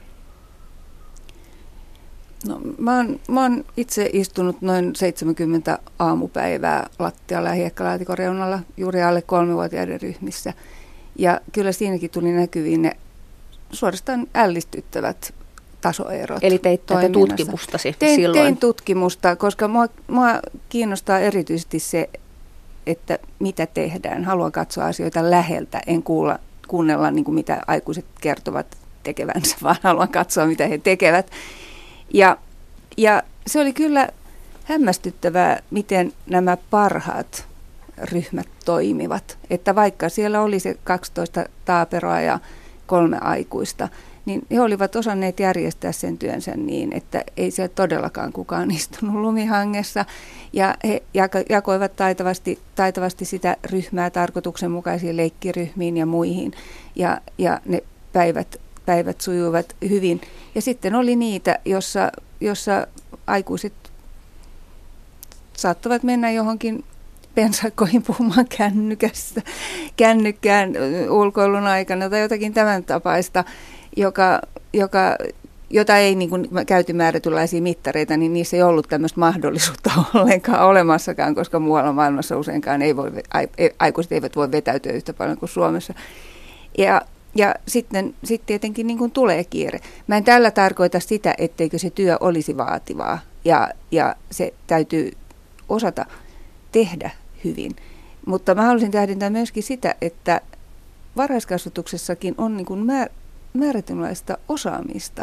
No, mä oon itse istunut noin 70 aamupäivää lattialla ja hiekkalaatikon reunalla juuri alle 3-vuotiaiden ryhmissä. Ja kyllä siinäkin tuli näkyviin ne suorastaan ällistyttävät tasoerot. Eli teit tätä tutkimustasi silloin? Tein tutkimusta, koska mua kiinnostaa erityisesti se, että mitä tehdään. Haluan katsoa asioita läheltä, en kuunnella niin kuin mitä aikuiset kertovat tekevänsä, vaan haluan katsoa, mitä he tekevät. Ja se oli kyllä hämmästyttävää, miten nämä parhaat ryhmät toimivat. Että vaikka siellä oli se 12 taaperoa ja 3 aikuista, niin he olivat osanneet järjestää sen työnsä niin, että ei siellä todellakaan kukaan istunut lumihangessa. Ja he jakoivat taitavasti sitä ryhmää tarkoituksenmukaisiin leikkiryhmiin ja muihin. Ja ne päivät sujuivat hyvin. Ja sitten oli niitä, jossa aikuiset saattavat mennä johonkin pensakkoihin puhumaan kännykkään ulkoilun aikana tai jotakin tämän tapaista, jota ei niin kuin käyty määrätynlaisia mittareita, niin niissä ei ollut tämmöistä mahdollisuutta ollenkaan olemassakaan, koska muualla maailmassa useinkaan aikuiset eivät voi vetäytyä yhtä paljon kuin Suomessa. Ja sitten tietenkin niin kuin tulee kiire. Mä en tällä tarkoita sitä, etteikö se työ olisi vaativaa ja se täytyy osata tehdä hyvin. Mutta mä haluaisin tähdentää myöskin sitä, että varhaiskasvatuksessakin on niin kuin määrätynlaista osaamista,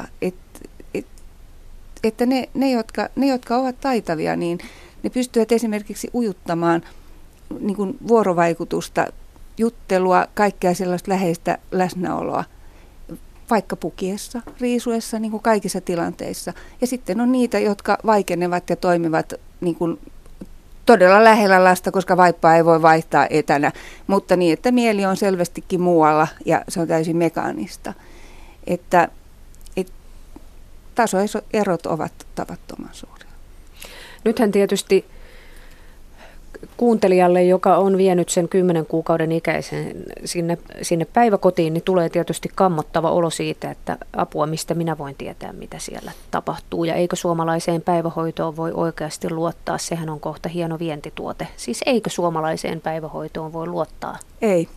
että ne, jotka ovat taitavia, niin ne pystyvät esimerkiksi ujuttamaan niin kuin vuorovaikutusta, juttelua, kaikkea sellaista läheistä läsnäoloa, vaikka pukiessa, riisuessa, niin kuin kaikissa tilanteissa. Ja sitten on niitä, jotka vaikenevat ja toimivat niin kuin todella lähellä lasta, koska vaippaa ei voi vaihtaa etänä, mutta niin, että mieli on selvästikin muualla ja se on täysin mekaanista. Että tasoerot ovat tavattoman suuria. Nythän tietysti kuuntelijalle, joka on vienyt sen 10 kuukauden ikäisen sinne päiväkotiin, niin tulee tietysti kammottava olo siitä, että apua, mistä minä voin tietää, mitä siellä tapahtuu. Ja eikö suomalaiseen päivähoitoon voi oikeasti luottaa? Sehän on kohta hieno vientituote. Siis eikö suomalaiseen päivähoitoon voi luottaa? Ei.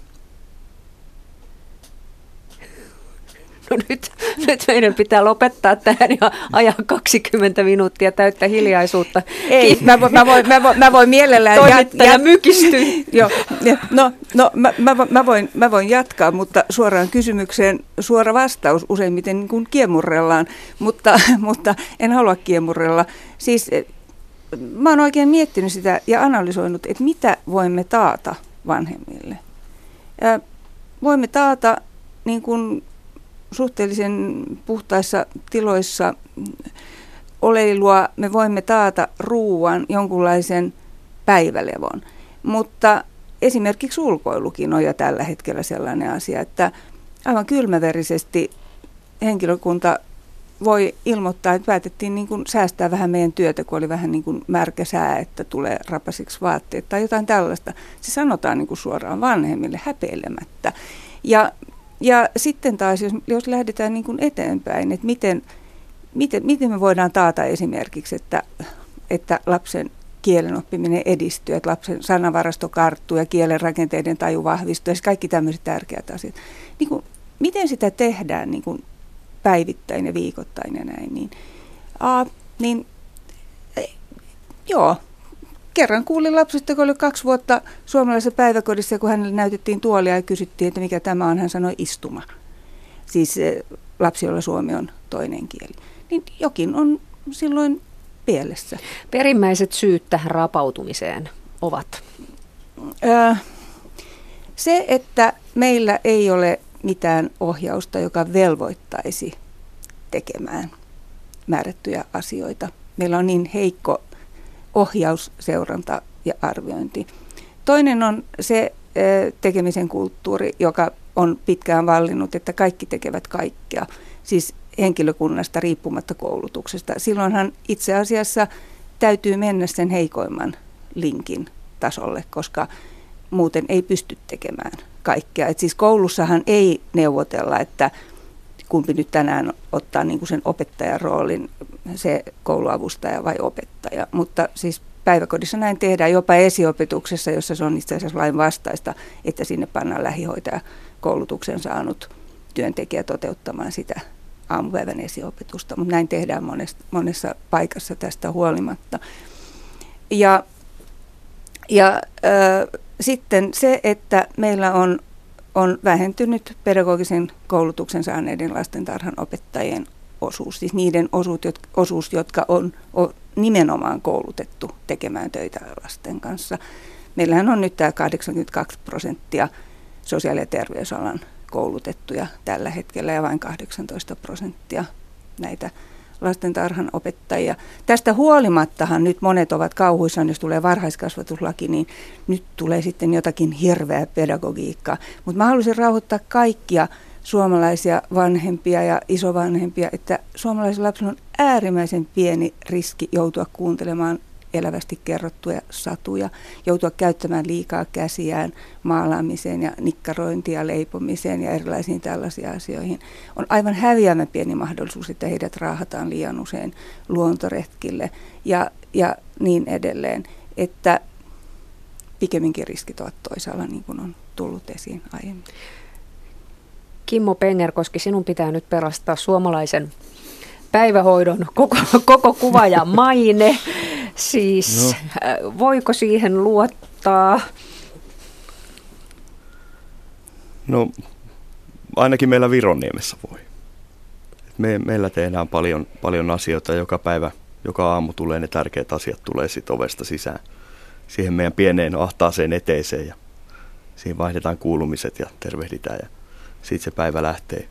No nyt meidän pitää lopettaa tähän ja ajaa 20 minuuttia täyttä hiljaisuutta. Ei, mä voin mielellään toimittaja mykistyy. Joo, mä voin jatkaa, mutta suoraan kysymykseen suora vastaus useimmiten niin kuin kiemurrellaan, mutta en halua kiemurrella. Siis mä oon oikein miettinyt sitä ja analysoinut, että mitä voimme taata vanhemmille. Voimme taata niin kuin suhteellisen puhtaissa tiloissa oleilua, me voimme taata ruuan, jonkunlaisen päivälevon. Mutta esimerkiksi ulkoilukin on jo tällä hetkellä sellainen asia, että aivan kylmäverisesti henkilökunta voi ilmoittaa, että päätettiin niin kuin säästää vähän meidän työtä, kun oli vähän niin kuin märkä sää, että tulee rapasiksi vaatteet tai jotain tällaista. Se sanotaan niin kuin suoraan vanhemmille häpeilemättä. Ja sitten taas, jos lähdetään niin kuin eteenpäin, että miten me voidaan taata esimerkiksi, että lapsen kielen oppiminen edistyy, että lapsen sanavarasto karttuu ja kielen rakenteiden taju vahvistuu ja kaikki tämmöiset tärkeät asiat. Niin kuin, miten sitä tehdään niin kuin päivittäin ja viikoittain ja näin, joo. Kerran kuulin lapsesta, kun oli 2 vuotta suomalaisessa päiväkodissa, kun hänelle näytettiin tuolia ja kysyttiin, että mikä tämä on, hän sanoi istuma. Siis lapsi, jolla suomi on toinen kieli. Niin jokin on silloin pielessä. Perimmäiset syyt tähän rapautumiseen ovat? Se, että meillä ei ole mitään ohjausta, joka velvoittaisi tekemään määrättyjä asioita. Meillä on niin heikko ohjaus, seuranta ja arviointi. Toinen on se tekemisen kulttuuri, joka on pitkään vallinnut, että kaikki tekevät kaikkea, siis henkilökunnasta riippumatta koulutuksesta. Silloinhan itse asiassa täytyy mennä sen heikoimman linkin tasolle, koska muuten ei pysty tekemään kaikkea. Et siis koulussahan ei neuvotella, että kumpi nyt tänään ottaa niin kuin sen opettajan roolin, se kouluavustaja vai opettaja. Mutta siis päiväkodissa näin tehdään, jopa esiopetuksessa, jossa se on itse asiassa lain vastaista, että sinne pannaan lähihoitajakoulutuksen saanut työntekijä toteuttamaan sitä aamupäivän esiopetusta. Mutta näin tehdään monessa paikassa tästä huolimatta. Sitten se, että meillä on vähentynyt pedagogisen koulutuksen saaneiden lastentarhanopettajien osuus, siis niiden osuus, jotka on nimenomaan koulutettu tekemään töitä lasten kanssa. Meillähän on nyt tämä 82% sosiaali- ja terveysalan koulutettuja tällä hetkellä ja vain 18% näitä lastentarhanopettajia. Tästä huolimattahan nyt monet ovat kauhuissaan, jos tulee varhaiskasvatuslaki, niin nyt tulee sitten jotakin hirveää pedagogiikkaa. Mutta mä haluaisin rauhoittaa kaikkia suomalaisia vanhempia ja isovanhempia, että suomalaisilla lapsilla on äärimmäisen pieni riski joutua kuuntelemaan elävästi kerrottuja satuja, joutua käyttämään liikaa käsiään maalaamiseen ja nikkarointiin ja leipomiseen ja erilaisiin tällaisiin asioihin. On aivan häviämän pieni mahdollisuus, että heidät raahataan liian usein luontoretkille ja niin edelleen, että pikemminkin riskit ovat toisaalla, niin kuin on tullut esiin aiemmin. Kimmo Pengerkoski, sinun pitää nyt pelastaa suomalaisen päivähoidon koko kuva ja maine. Siis voiko siihen luottaa? No ainakin meillä Vironiemessä voi. Meillä tehdään paljon asioita joka päivä, joka aamu tulee ne tärkeät asiat tulee sit ovesta sisään. Siihen meidän pieneen ahtaaseen eteiseen ja siihen vaihdetaan kuulumiset ja tervehditään ja siitä se päivä lähtee.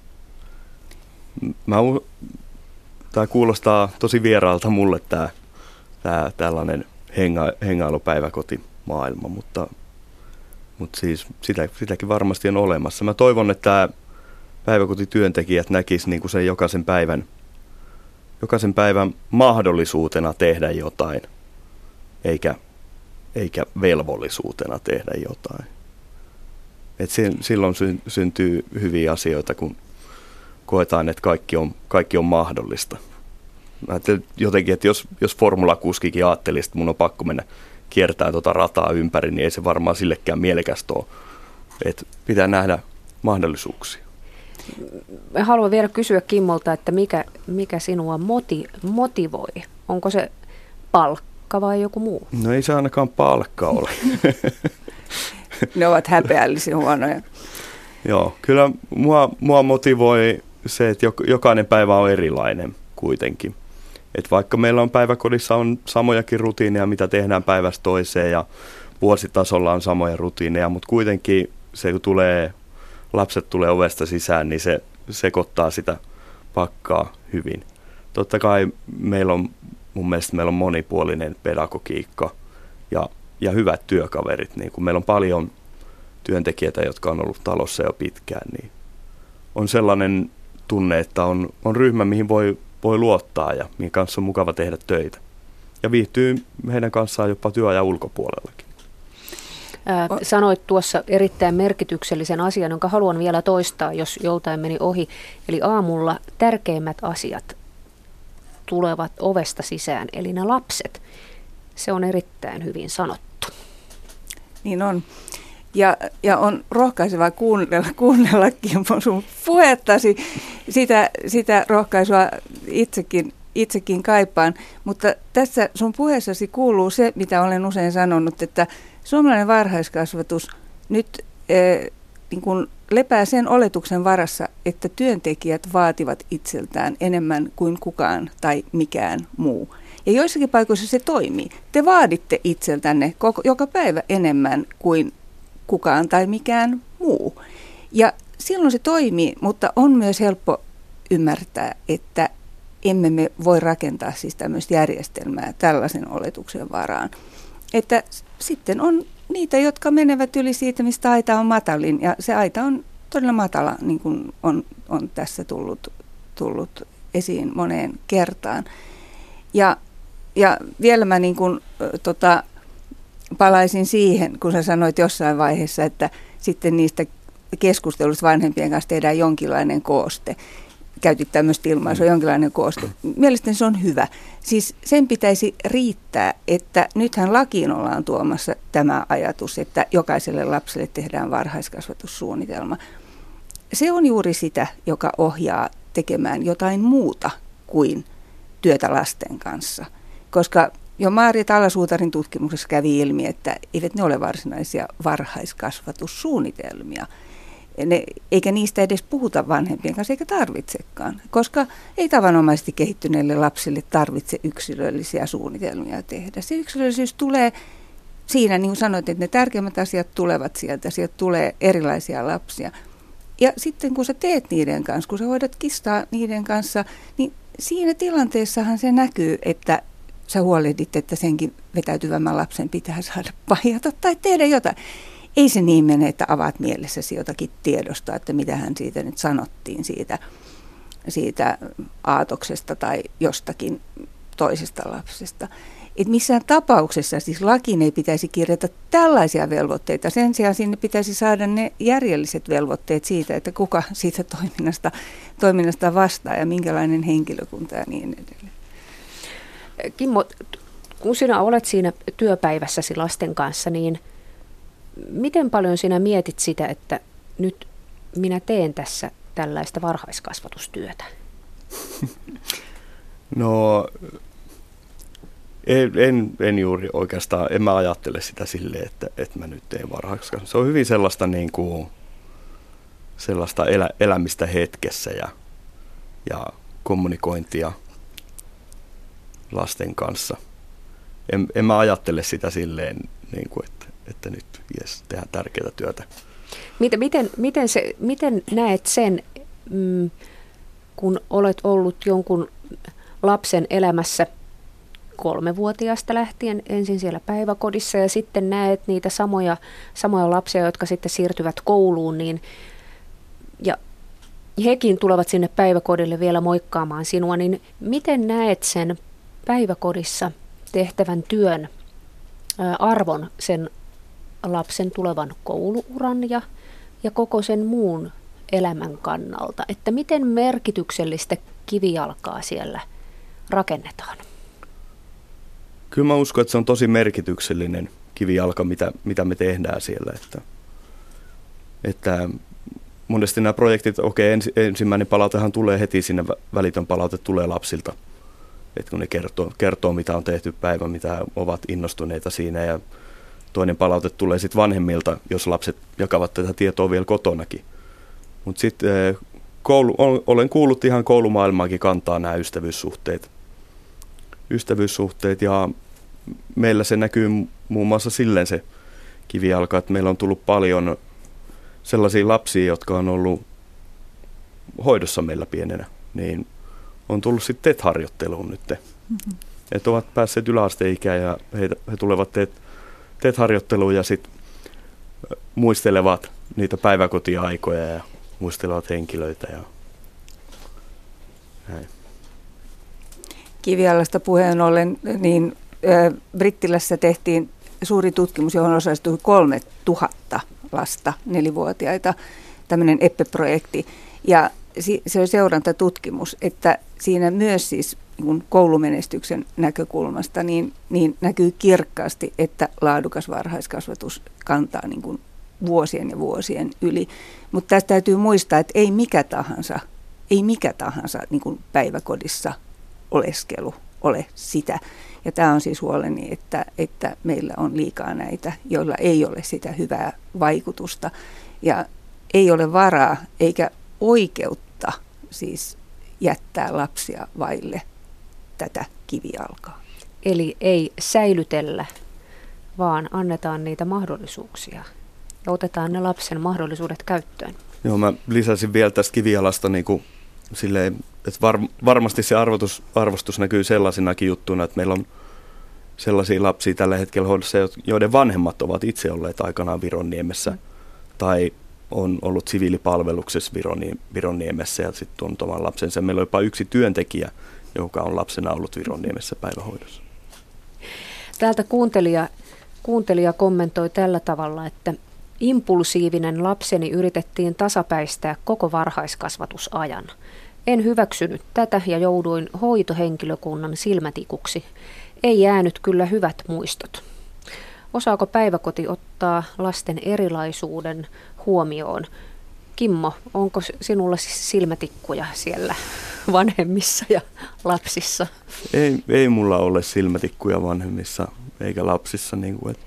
Tämä kuulostaa tosi vieraalta mulle tämä tällainen hengailupäiväkotimaailma, mutta siis sitäkin varmasti on olemassa. Mä toivon, että päiväkotityöntekijät näkisivät niin kuin sen jokaisen päivän jokaisen päivän mahdollisuutena tehdä jotain, eikä velvollisuutena tehdä jotain. Et silloin syntyy hyviä asioita, kun koetaan, että kaikki on mahdollista. Mä ajattelen jotenkin, että jos formulakuskikin ajattelisi, että mun on pakko mennä kiertämään tuota rataa ympäri, niin ei se varmaan sillekään mielekästä ole. Että pitää nähdä mahdollisuuksia. Haluan vielä kysyä Kimmolta, että mikä sinua motivoi? Onko se palkka vai joku muu? No ei se ainakaan palkka ole. Ne ovat häpeällisen huonoja. Joo, kyllä mua motivoi se, että jokainen päivä on erilainen kuitenkin. Et vaikka meillä on päiväkodissa on samojakin rutiineja, mitä tehdään päivästä toiseen ja vuositasolla on samoja rutiineja, mutta kuitenkin se, kun lapset tulee ovesta sisään, niin se sekoittaa sitä pakkaa hyvin. Totta kai mun mielestä meillä on monipuolinen pedagogiikka ja hyvät työkaverit. Niin kun meillä on paljon työntekijöitä, jotka on ollut talossa jo pitkään, niin on sellainen tunne, että on ryhmä, mihin voi luottaa ja mihin kanssa on mukava tehdä töitä. Ja viihtyy heidän kanssaan jopa työajan ulkopuolellakin. Sanoit tuossa erittäin merkityksellisen asian, jonka haluan vielä toistaa, jos joltain meni ohi. Eli aamulla tärkeimmät asiat tulevat ovesta sisään, eli ne lapset. Se on erittäin hyvin sanottu. Niin on. Ja on rohkaisevaa kuunnellakin sun puhettasi. Sitä rohkaisua itsekin kaipaan. Mutta tässä sun puheessasi kuuluu se, mitä olen usein sanonut, että suomalainen varhaiskasvatus nyt niin kuin lepää sen oletuksen varassa, että työntekijät vaativat itseltään enemmän kuin kukaan tai mikään muu. Ja joissakin paikoissa se toimii. Te vaaditte itseltänne joka päivä enemmän kuin kukaan tai mikään muu. Ja silloin se toimii, mutta on myös helppo ymmärtää, että emme me voi rakentaa siis tämmöistä järjestelmää tällaisen oletuksen varaan. Että sitten on niitä, jotka menevät yli siitä, mistä aita on matalin. Ja se aita on todella matala, niin kuin on tässä tullut esiin moneen kertaan. Ja vielä mä niin kuin, palaisin siihen, kun sä sanoit jossain vaiheessa, että sitten niistä keskusteluista vanhempien kanssa tehdään jonkinlainen kooste. Käytit tämmöistä ilmaisua, jonkinlainen kooste. Mielestäni se on hyvä. Siis sen pitäisi riittää, että nythän lakiin ollaan tuomassa tämä ajatus, että jokaiselle lapselle tehdään varhaiskasvatussuunnitelma. Se on juuri sitä, joka ohjaa tekemään jotain muuta kuin työtä lasten kanssa. Koska jo Maarit Alasuutarin tutkimuksessa kävi ilmi, että eivät ne ole varsinaisia varhaiskasvatussuunnitelmia. Eikä niistä edes puhuta vanhempien kanssa, eikä tarvitsekaan, koska ei tavanomaisesti kehittyneille lapsille tarvitse yksilöllisiä suunnitelmia tehdä. Se yksilöllisyys tulee siinä, niin kuin sanoit, että ne tärkeimmät asiat tulevat sieltä tulee erilaisia lapsia. Ja sitten kun sä teet niiden kanssa, kun sä hoidat kistaa niiden kanssa, niin siinä tilanteessahan se näkyy, että sä huolehdit, että senkin vetäytyvämmän lapsen pitää saada pahjata tai tehdä jotain. Ei se niin mene, että avaat mielessäsi jotakin tiedosta, että mitä hän siitä nyt sanottiin siitä aatoksesta tai jostakin toisesta lapsesta. Et missään tapauksessa siis lakiin ei pitäisi kirjata tällaisia velvoitteita. Sen sijaan sinne pitäisi saada ne järjelliset velvoitteet siitä, että kuka siitä toiminnasta vastaa ja minkälainen henkilökunta ja niin edelleen. Kimmo, kun sinä olet siinä työpäivässäsi lasten kanssa, niin miten paljon sinä mietit sitä, että nyt minä teen tässä tällaista varhaiskasvatustyötä? No en juuri oikeastaan, en mä ajattele sitä silleen, että mä nyt teen varhaiskasvatusta. Se on hyvin sellaista, niin kuin, sellaista elämistä hetkessä ja kommunikointia lasten kanssa. En mä ajattele sitä silleen, niin kuin, että nyt tehdään tärkeää työtä. Miten näet sen, kun olet ollut jonkun lapsen elämässä 3-vuotiaasta lähtien ensin siellä päiväkodissa ja sitten näet niitä samoja lapsia, jotka sitten siirtyvät kouluun, niin, hekin tulevat sinne päiväkodille vielä moikkaamaan sinua, niin miten näet sen päiväkodissa tehtävän työn arvon sen lapsen tulevan kouluuran ja koko sen muun elämän kannalta, että miten merkityksellistä kivijalkaa siellä rakennetaan? Kyllä mä uskon, että se on tosi merkityksellinen kivijalka, mitä me tehdään siellä. Että monesti nämä projektit, ensimmäinen palautehan tulee heti sinne, välitön palaute tulee lapsilta. Että kun ne kertoo, mitä on tehty päivä, mitä ovat innostuneita siinä, ja toinen palaute tulee sitten vanhemmilta, jos lapset jakavat tätä tietoa vielä kotonakin. Mutta sitten olen kuullut ihan koulumaailmaakin kantaa nämä ystävyyssuhteet, ja meillä se näkyy muun muassa silleen se kivijalka, että meillä on tullut paljon sellaisia lapsia, jotka on ollut hoidossa meillä pienenä, niin on tullut sitten TET-harjoitteluun nyt. Mm-hmm. Että ovat päässeet yläasteikään ja he tulevat TET-harjoitteluun ja sitten muistelevat niitä päiväkotiaikoja ja muistelevat henkilöitä. Ja näin. Kivijalasta puheen ollen, niin Brittilässä tehtiin suuri tutkimus, johon osallistui 3000 lasta, 4-vuotiaita, tämmöinen EPPE-projekti. Ja se on seurantatutkimus, että siinä myös siis niin koulumenestyksen näkökulmasta niin näkyy kirkkaasti, että laadukas varhaiskasvatus kantaa niin kuin vuosien ja vuosien yli. Mutta tästä täytyy muistaa, että ei mikä tahansa niin kuin päiväkodissa oleskelu ole sitä. Ja tämä on siis huoleni, että meillä on liikaa näitä, joilla ei ole sitä hyvää vaikutusta. Ja ei ole varaa eikä oikeutta siis jättää lapsia vaille tätä kivijalkaa. Eli ei säilytellä, vaan annetaan niitä mahdollisuuksia ja otetaan ne lapsen mahdollisuudet käyttöön. Joo, mä lisäsin vielä tästä kivijalasta niin kuin silleen, että varmasti se arvostus näkyy sellaisinakin juttuina, että meillä on sellaisia lapsia tällä hetkellä hoidossa, joiden vanhemmat ovat itse olleet aikanaan Vironniemessä tai on ollut siviilipalveluksessa Vironniemessä ja sitten tuonut oman lapsensa. Meillä on jopa yksi työntekijä, joka on lapsena ollut Vironniemessä päivähoidossa. Täältä kuuntelija kommentoi tällä tavalla, että impulsiivinen lapseni yritettiin tasapäistää koko varhaiskasvatusajan. En hyväksynyt tätä ja jouduin hoitohenkilökunnan silmätikuksi. Ei jäänyt kyllä hyvät muistot. Osaako päiväkoti ottaa lasten erilaisuuden huomioon? Kimmo, onko sinulla silmätikkuja siellä vanhemmissa ja lapsissa? Ei mulla ole silmätikkuja vanhemmissa eikä lapsissa. Niin kuin,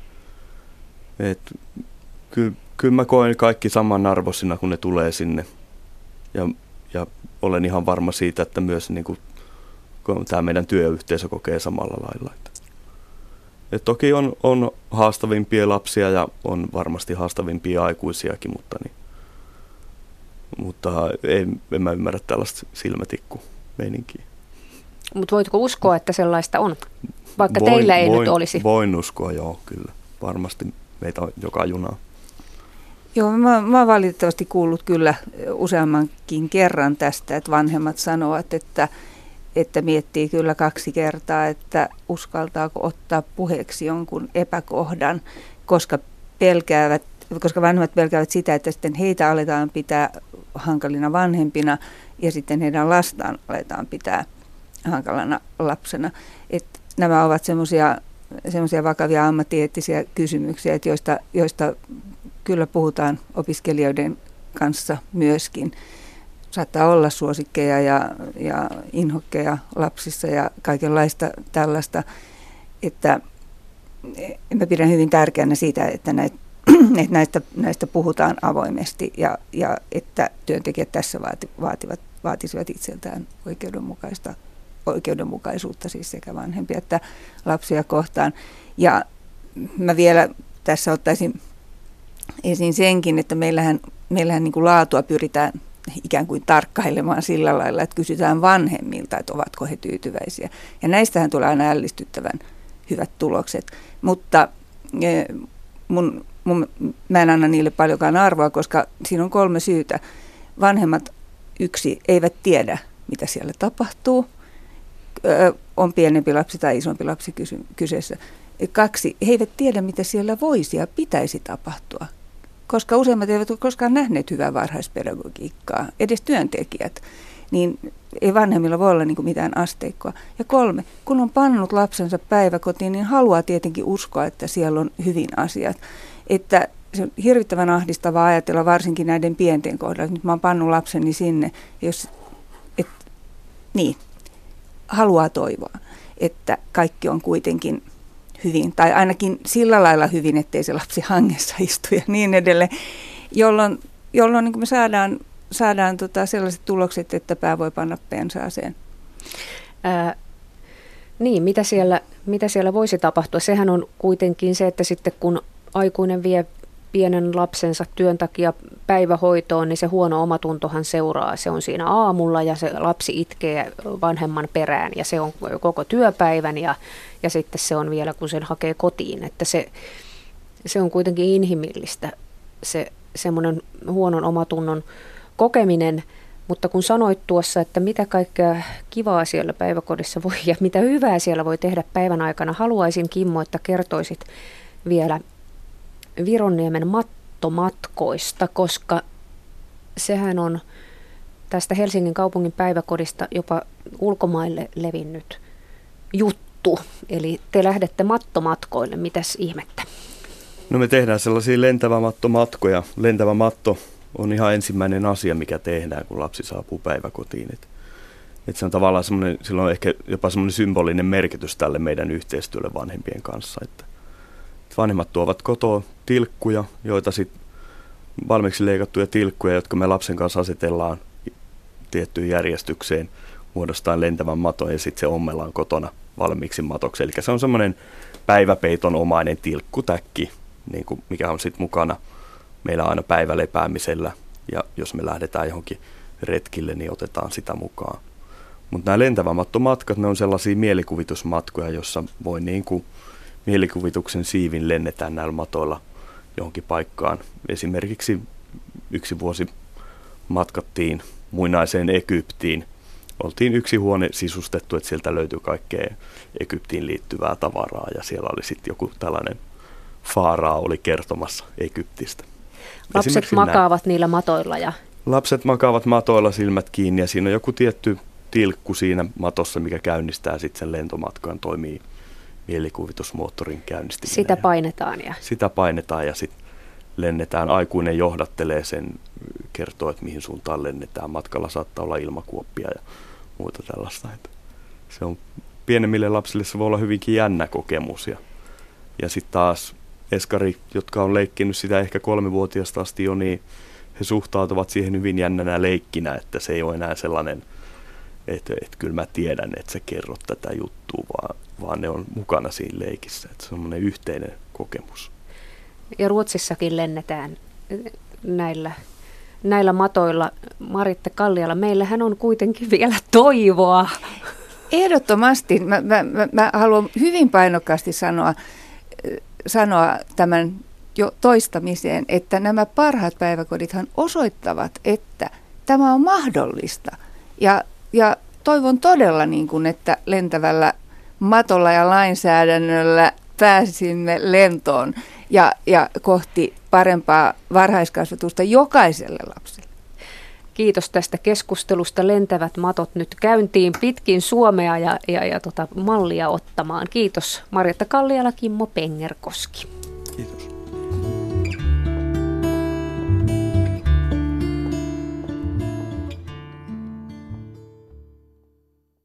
kyllä mä koen kaikki samanarvoisina, kun ne tulee sinne. Ja olen ihan varma siitä, että myös niin kuin, tämä meidän työyhteisö kokee samalla lailla. Et toki on haastavimpia lapsia ja on varmasti haastavimpia aikuisiakin, mutta en mä ymmärrä tällaista silmätikkumeininkiä. Mutta voitko uskoa, että sellaista on, vaikka teillä ei nyt olisi? Voin uskoa, joo, kyllä. Varmasti meitä on joka junaa. Joo, mä oon valitettavasti kuullut kyllä useammankin kerran tästä, että vanhemmat sanovat, että miettii kyllä 2 kertaa, että uskaltaako ottaa puheeksi jonkun epäkohdan, koska vanhemmat pelkäävät sitä, että sitten heitä aletaan pitää hankalina vanhempina ja sitten heidän lastaan aletaan pitää hankalana lapsena. Että nämä ovat semmoisia vakavia ammattieettisiä kysymyksiä, että joista kyllä puhutaan opiskelijoiden kanssa myöskin. Saattaa olla suosikkeja ja inhokkeja lapsissa ja kaikenlaista tällaista, että mä pidän hyvin tärkeänä siitä, että näistä puhutaan avoimesti ja että työntekijät tässä vaatisivat itseltään oikeudenmukaisuutta siis sekä vanhempia että lapsia kohtaan. Ja mä vielä tässä ottaisin esiin senkin, että meillähän niin kuin laatua pyritään ikään kuin tarkkailemaan sillä lailla, että kysytään vanhemmilta, että ovatko he tyytyväisiä. Ja näistähän tulee aina ällistyttävän hyvät tulokset. Mutta mä en anna niille paljonkaan arvoa, koska siinä on 3 syytä. Vanhemmat 1, eivät tiedä, mitä siellä tapahtuu. On pienempi lapsi tai isompi lapsi kyseessä. 2, he eivät tiedä, mitä siellä voisi ja pitäisi tapahtua, koska useimmat eivät ole koskaan nähneet hyvää varhaispedagogiikkaa, edes työntekijät, niin ei vanhemmilla voi olla niin kuin mitään asteikkoa. Ja 3, kun on pannut lapsensa päiväkotiin, niin haluaa tietenkin uskoa, että siellä on hyvin asiat. Että se on hirvittävän ahdistavaa ajatella varsinkin näiden pienten kohdalla. Nyt mä oon pannut lapseni sinne, haluaa toivoa, että kaikki on kuitenkin hyvin, tai ainakin sillä lailla hyvin, ettei se lapsi hangessa istu ja niin edelleen, jolloin niin kuin me saadaan sellaiset tulokset, että pää voi panna pensaaseen. Niin, mitä siellä voisi tapahtua? Sehän on kuitenkin se, että sitten kun aikuinen vie pienen lapsensa työn takia päivähoitoon, niin se huono omatuntohan seuraa. Se on siinä aamulla ja se lapsi itkee vanhemman perään ja se on koko työpäivän ja sitten se on vielä, kun sen hakee kotiin. Että se on kuitenkin inhimillistä, se semmoinen huonon omatunnon kokeminen. Mutta kun sanoit tuossa, että mitä kaikkea kivaa siellä päiväkodissa voi ja mitä hyvää siellä voi tehdä päivän aikana, haluaisin, Kimmo, että kertoisit vielä Vironniemen mattomatkoista, koska sehän on tästä Helsingin kaupungin päiväkodista jopa ulkomaille levinnyt juttu. Eli te lähdette mattomatkoille. Mitäs ihmettä? No me tehdään sellaisia lentävämattomatkoja. Lentävä matto on ihan ensimmäinen asia, mikä tehdään, kun lapsi saapuu päiväkotiin. Et se on tavallaan semmoinen, sillä on ehkä jopa semmoinen symbolinen merkitys tälle meidän yhteistyölle vanhempien kanssa. Että vanhemmat tuovat kotoa tilkkuja, joita sitten valmiiksi leikattuja tilkkuja, jotka me lapsen kanssa asetellaan tiettyyn järjestykseen muodostaen lentävän maton ja sitten se ommellaan kotona valmiiksi matoksi. Eli se on semmoinen päiväpeitonomainen tilkkutäkki, niin kuin mikä on sitten mukana meillä aina päivälepäämisellä ja jos me lähdetään johonkin retkille, niin otetaan sitä mukaan. Mutta nämä lentävämattomatkat, ne on sellaisia mielikuvitusmatkoja, jossa voi niin kuin mielikuvituksen siivin lennetään näillä matoilla johonkin paikkaan. Esimerkiksi yksi vuosi matkattiin muinaiseen Egyptiin. Oltiin yksi huone sisustettu, että sieltä löytyi kaikkea Egyptiin liittyvää tavaraa ja siellä oli sitten joku tällainen faaraa oli kertomassa Egyptistä. Lapset makaavat niillä matoilla. Lapset makaavat matoilla silmät kiinni ja siinä on joku tietty tilkku siinä matossa, mikä käynnistää sitten sen lentomatkan, toimii mielikuvitusmoottorin käynnistiminen. Sitä painetaan ja sitten lennetään. Aikuinen johdattelee sen, kertoo, että mihin suuntaan lennetään. Matkalla saattaa olla ilmakuoppia ja muuta tällaista. Se on pienemmille lapsille se voi olla hyvinkin jännä kokemus. Ja sitten taas eskari, jotka on leikkinyt sitä ehkä 3-vuotiaasta asti jo, niin he suhtautuvat siihen hyvin jännänä leikkinä, että se ei ole enää sellainen, että kyllä mä tiedän, että sä kerrot tätä juttua, vaan ne on mukana siinä leikissä. Että se on semmoinen yhteinen kokemus. Ja Ruotsissakin lennetään näillä matoilla. Maritta Kalliala, meillähän on kuitenkin vielä toivoa. Ehdottomasti. Mä haluan hyvin painokkaasti sanoa tämän jo toistamiseen, että nämä parhaat päiväkodithan osoittavat, että tämä on mahdollista. Ja toivon todella, niin kuin, että lentävällä matolla ja lainsäädännöllä pääsimme lentoon ja kohti parempaa varhaiskasvatusta jokaiselle lapselle. Kiitos tästä keskustelusta. Lentävät matot nyt käyntiin pitkin Suomea ja mallia ottamaan. Kiitos Marjatta Kalliala, Kimmo Pengerkoski.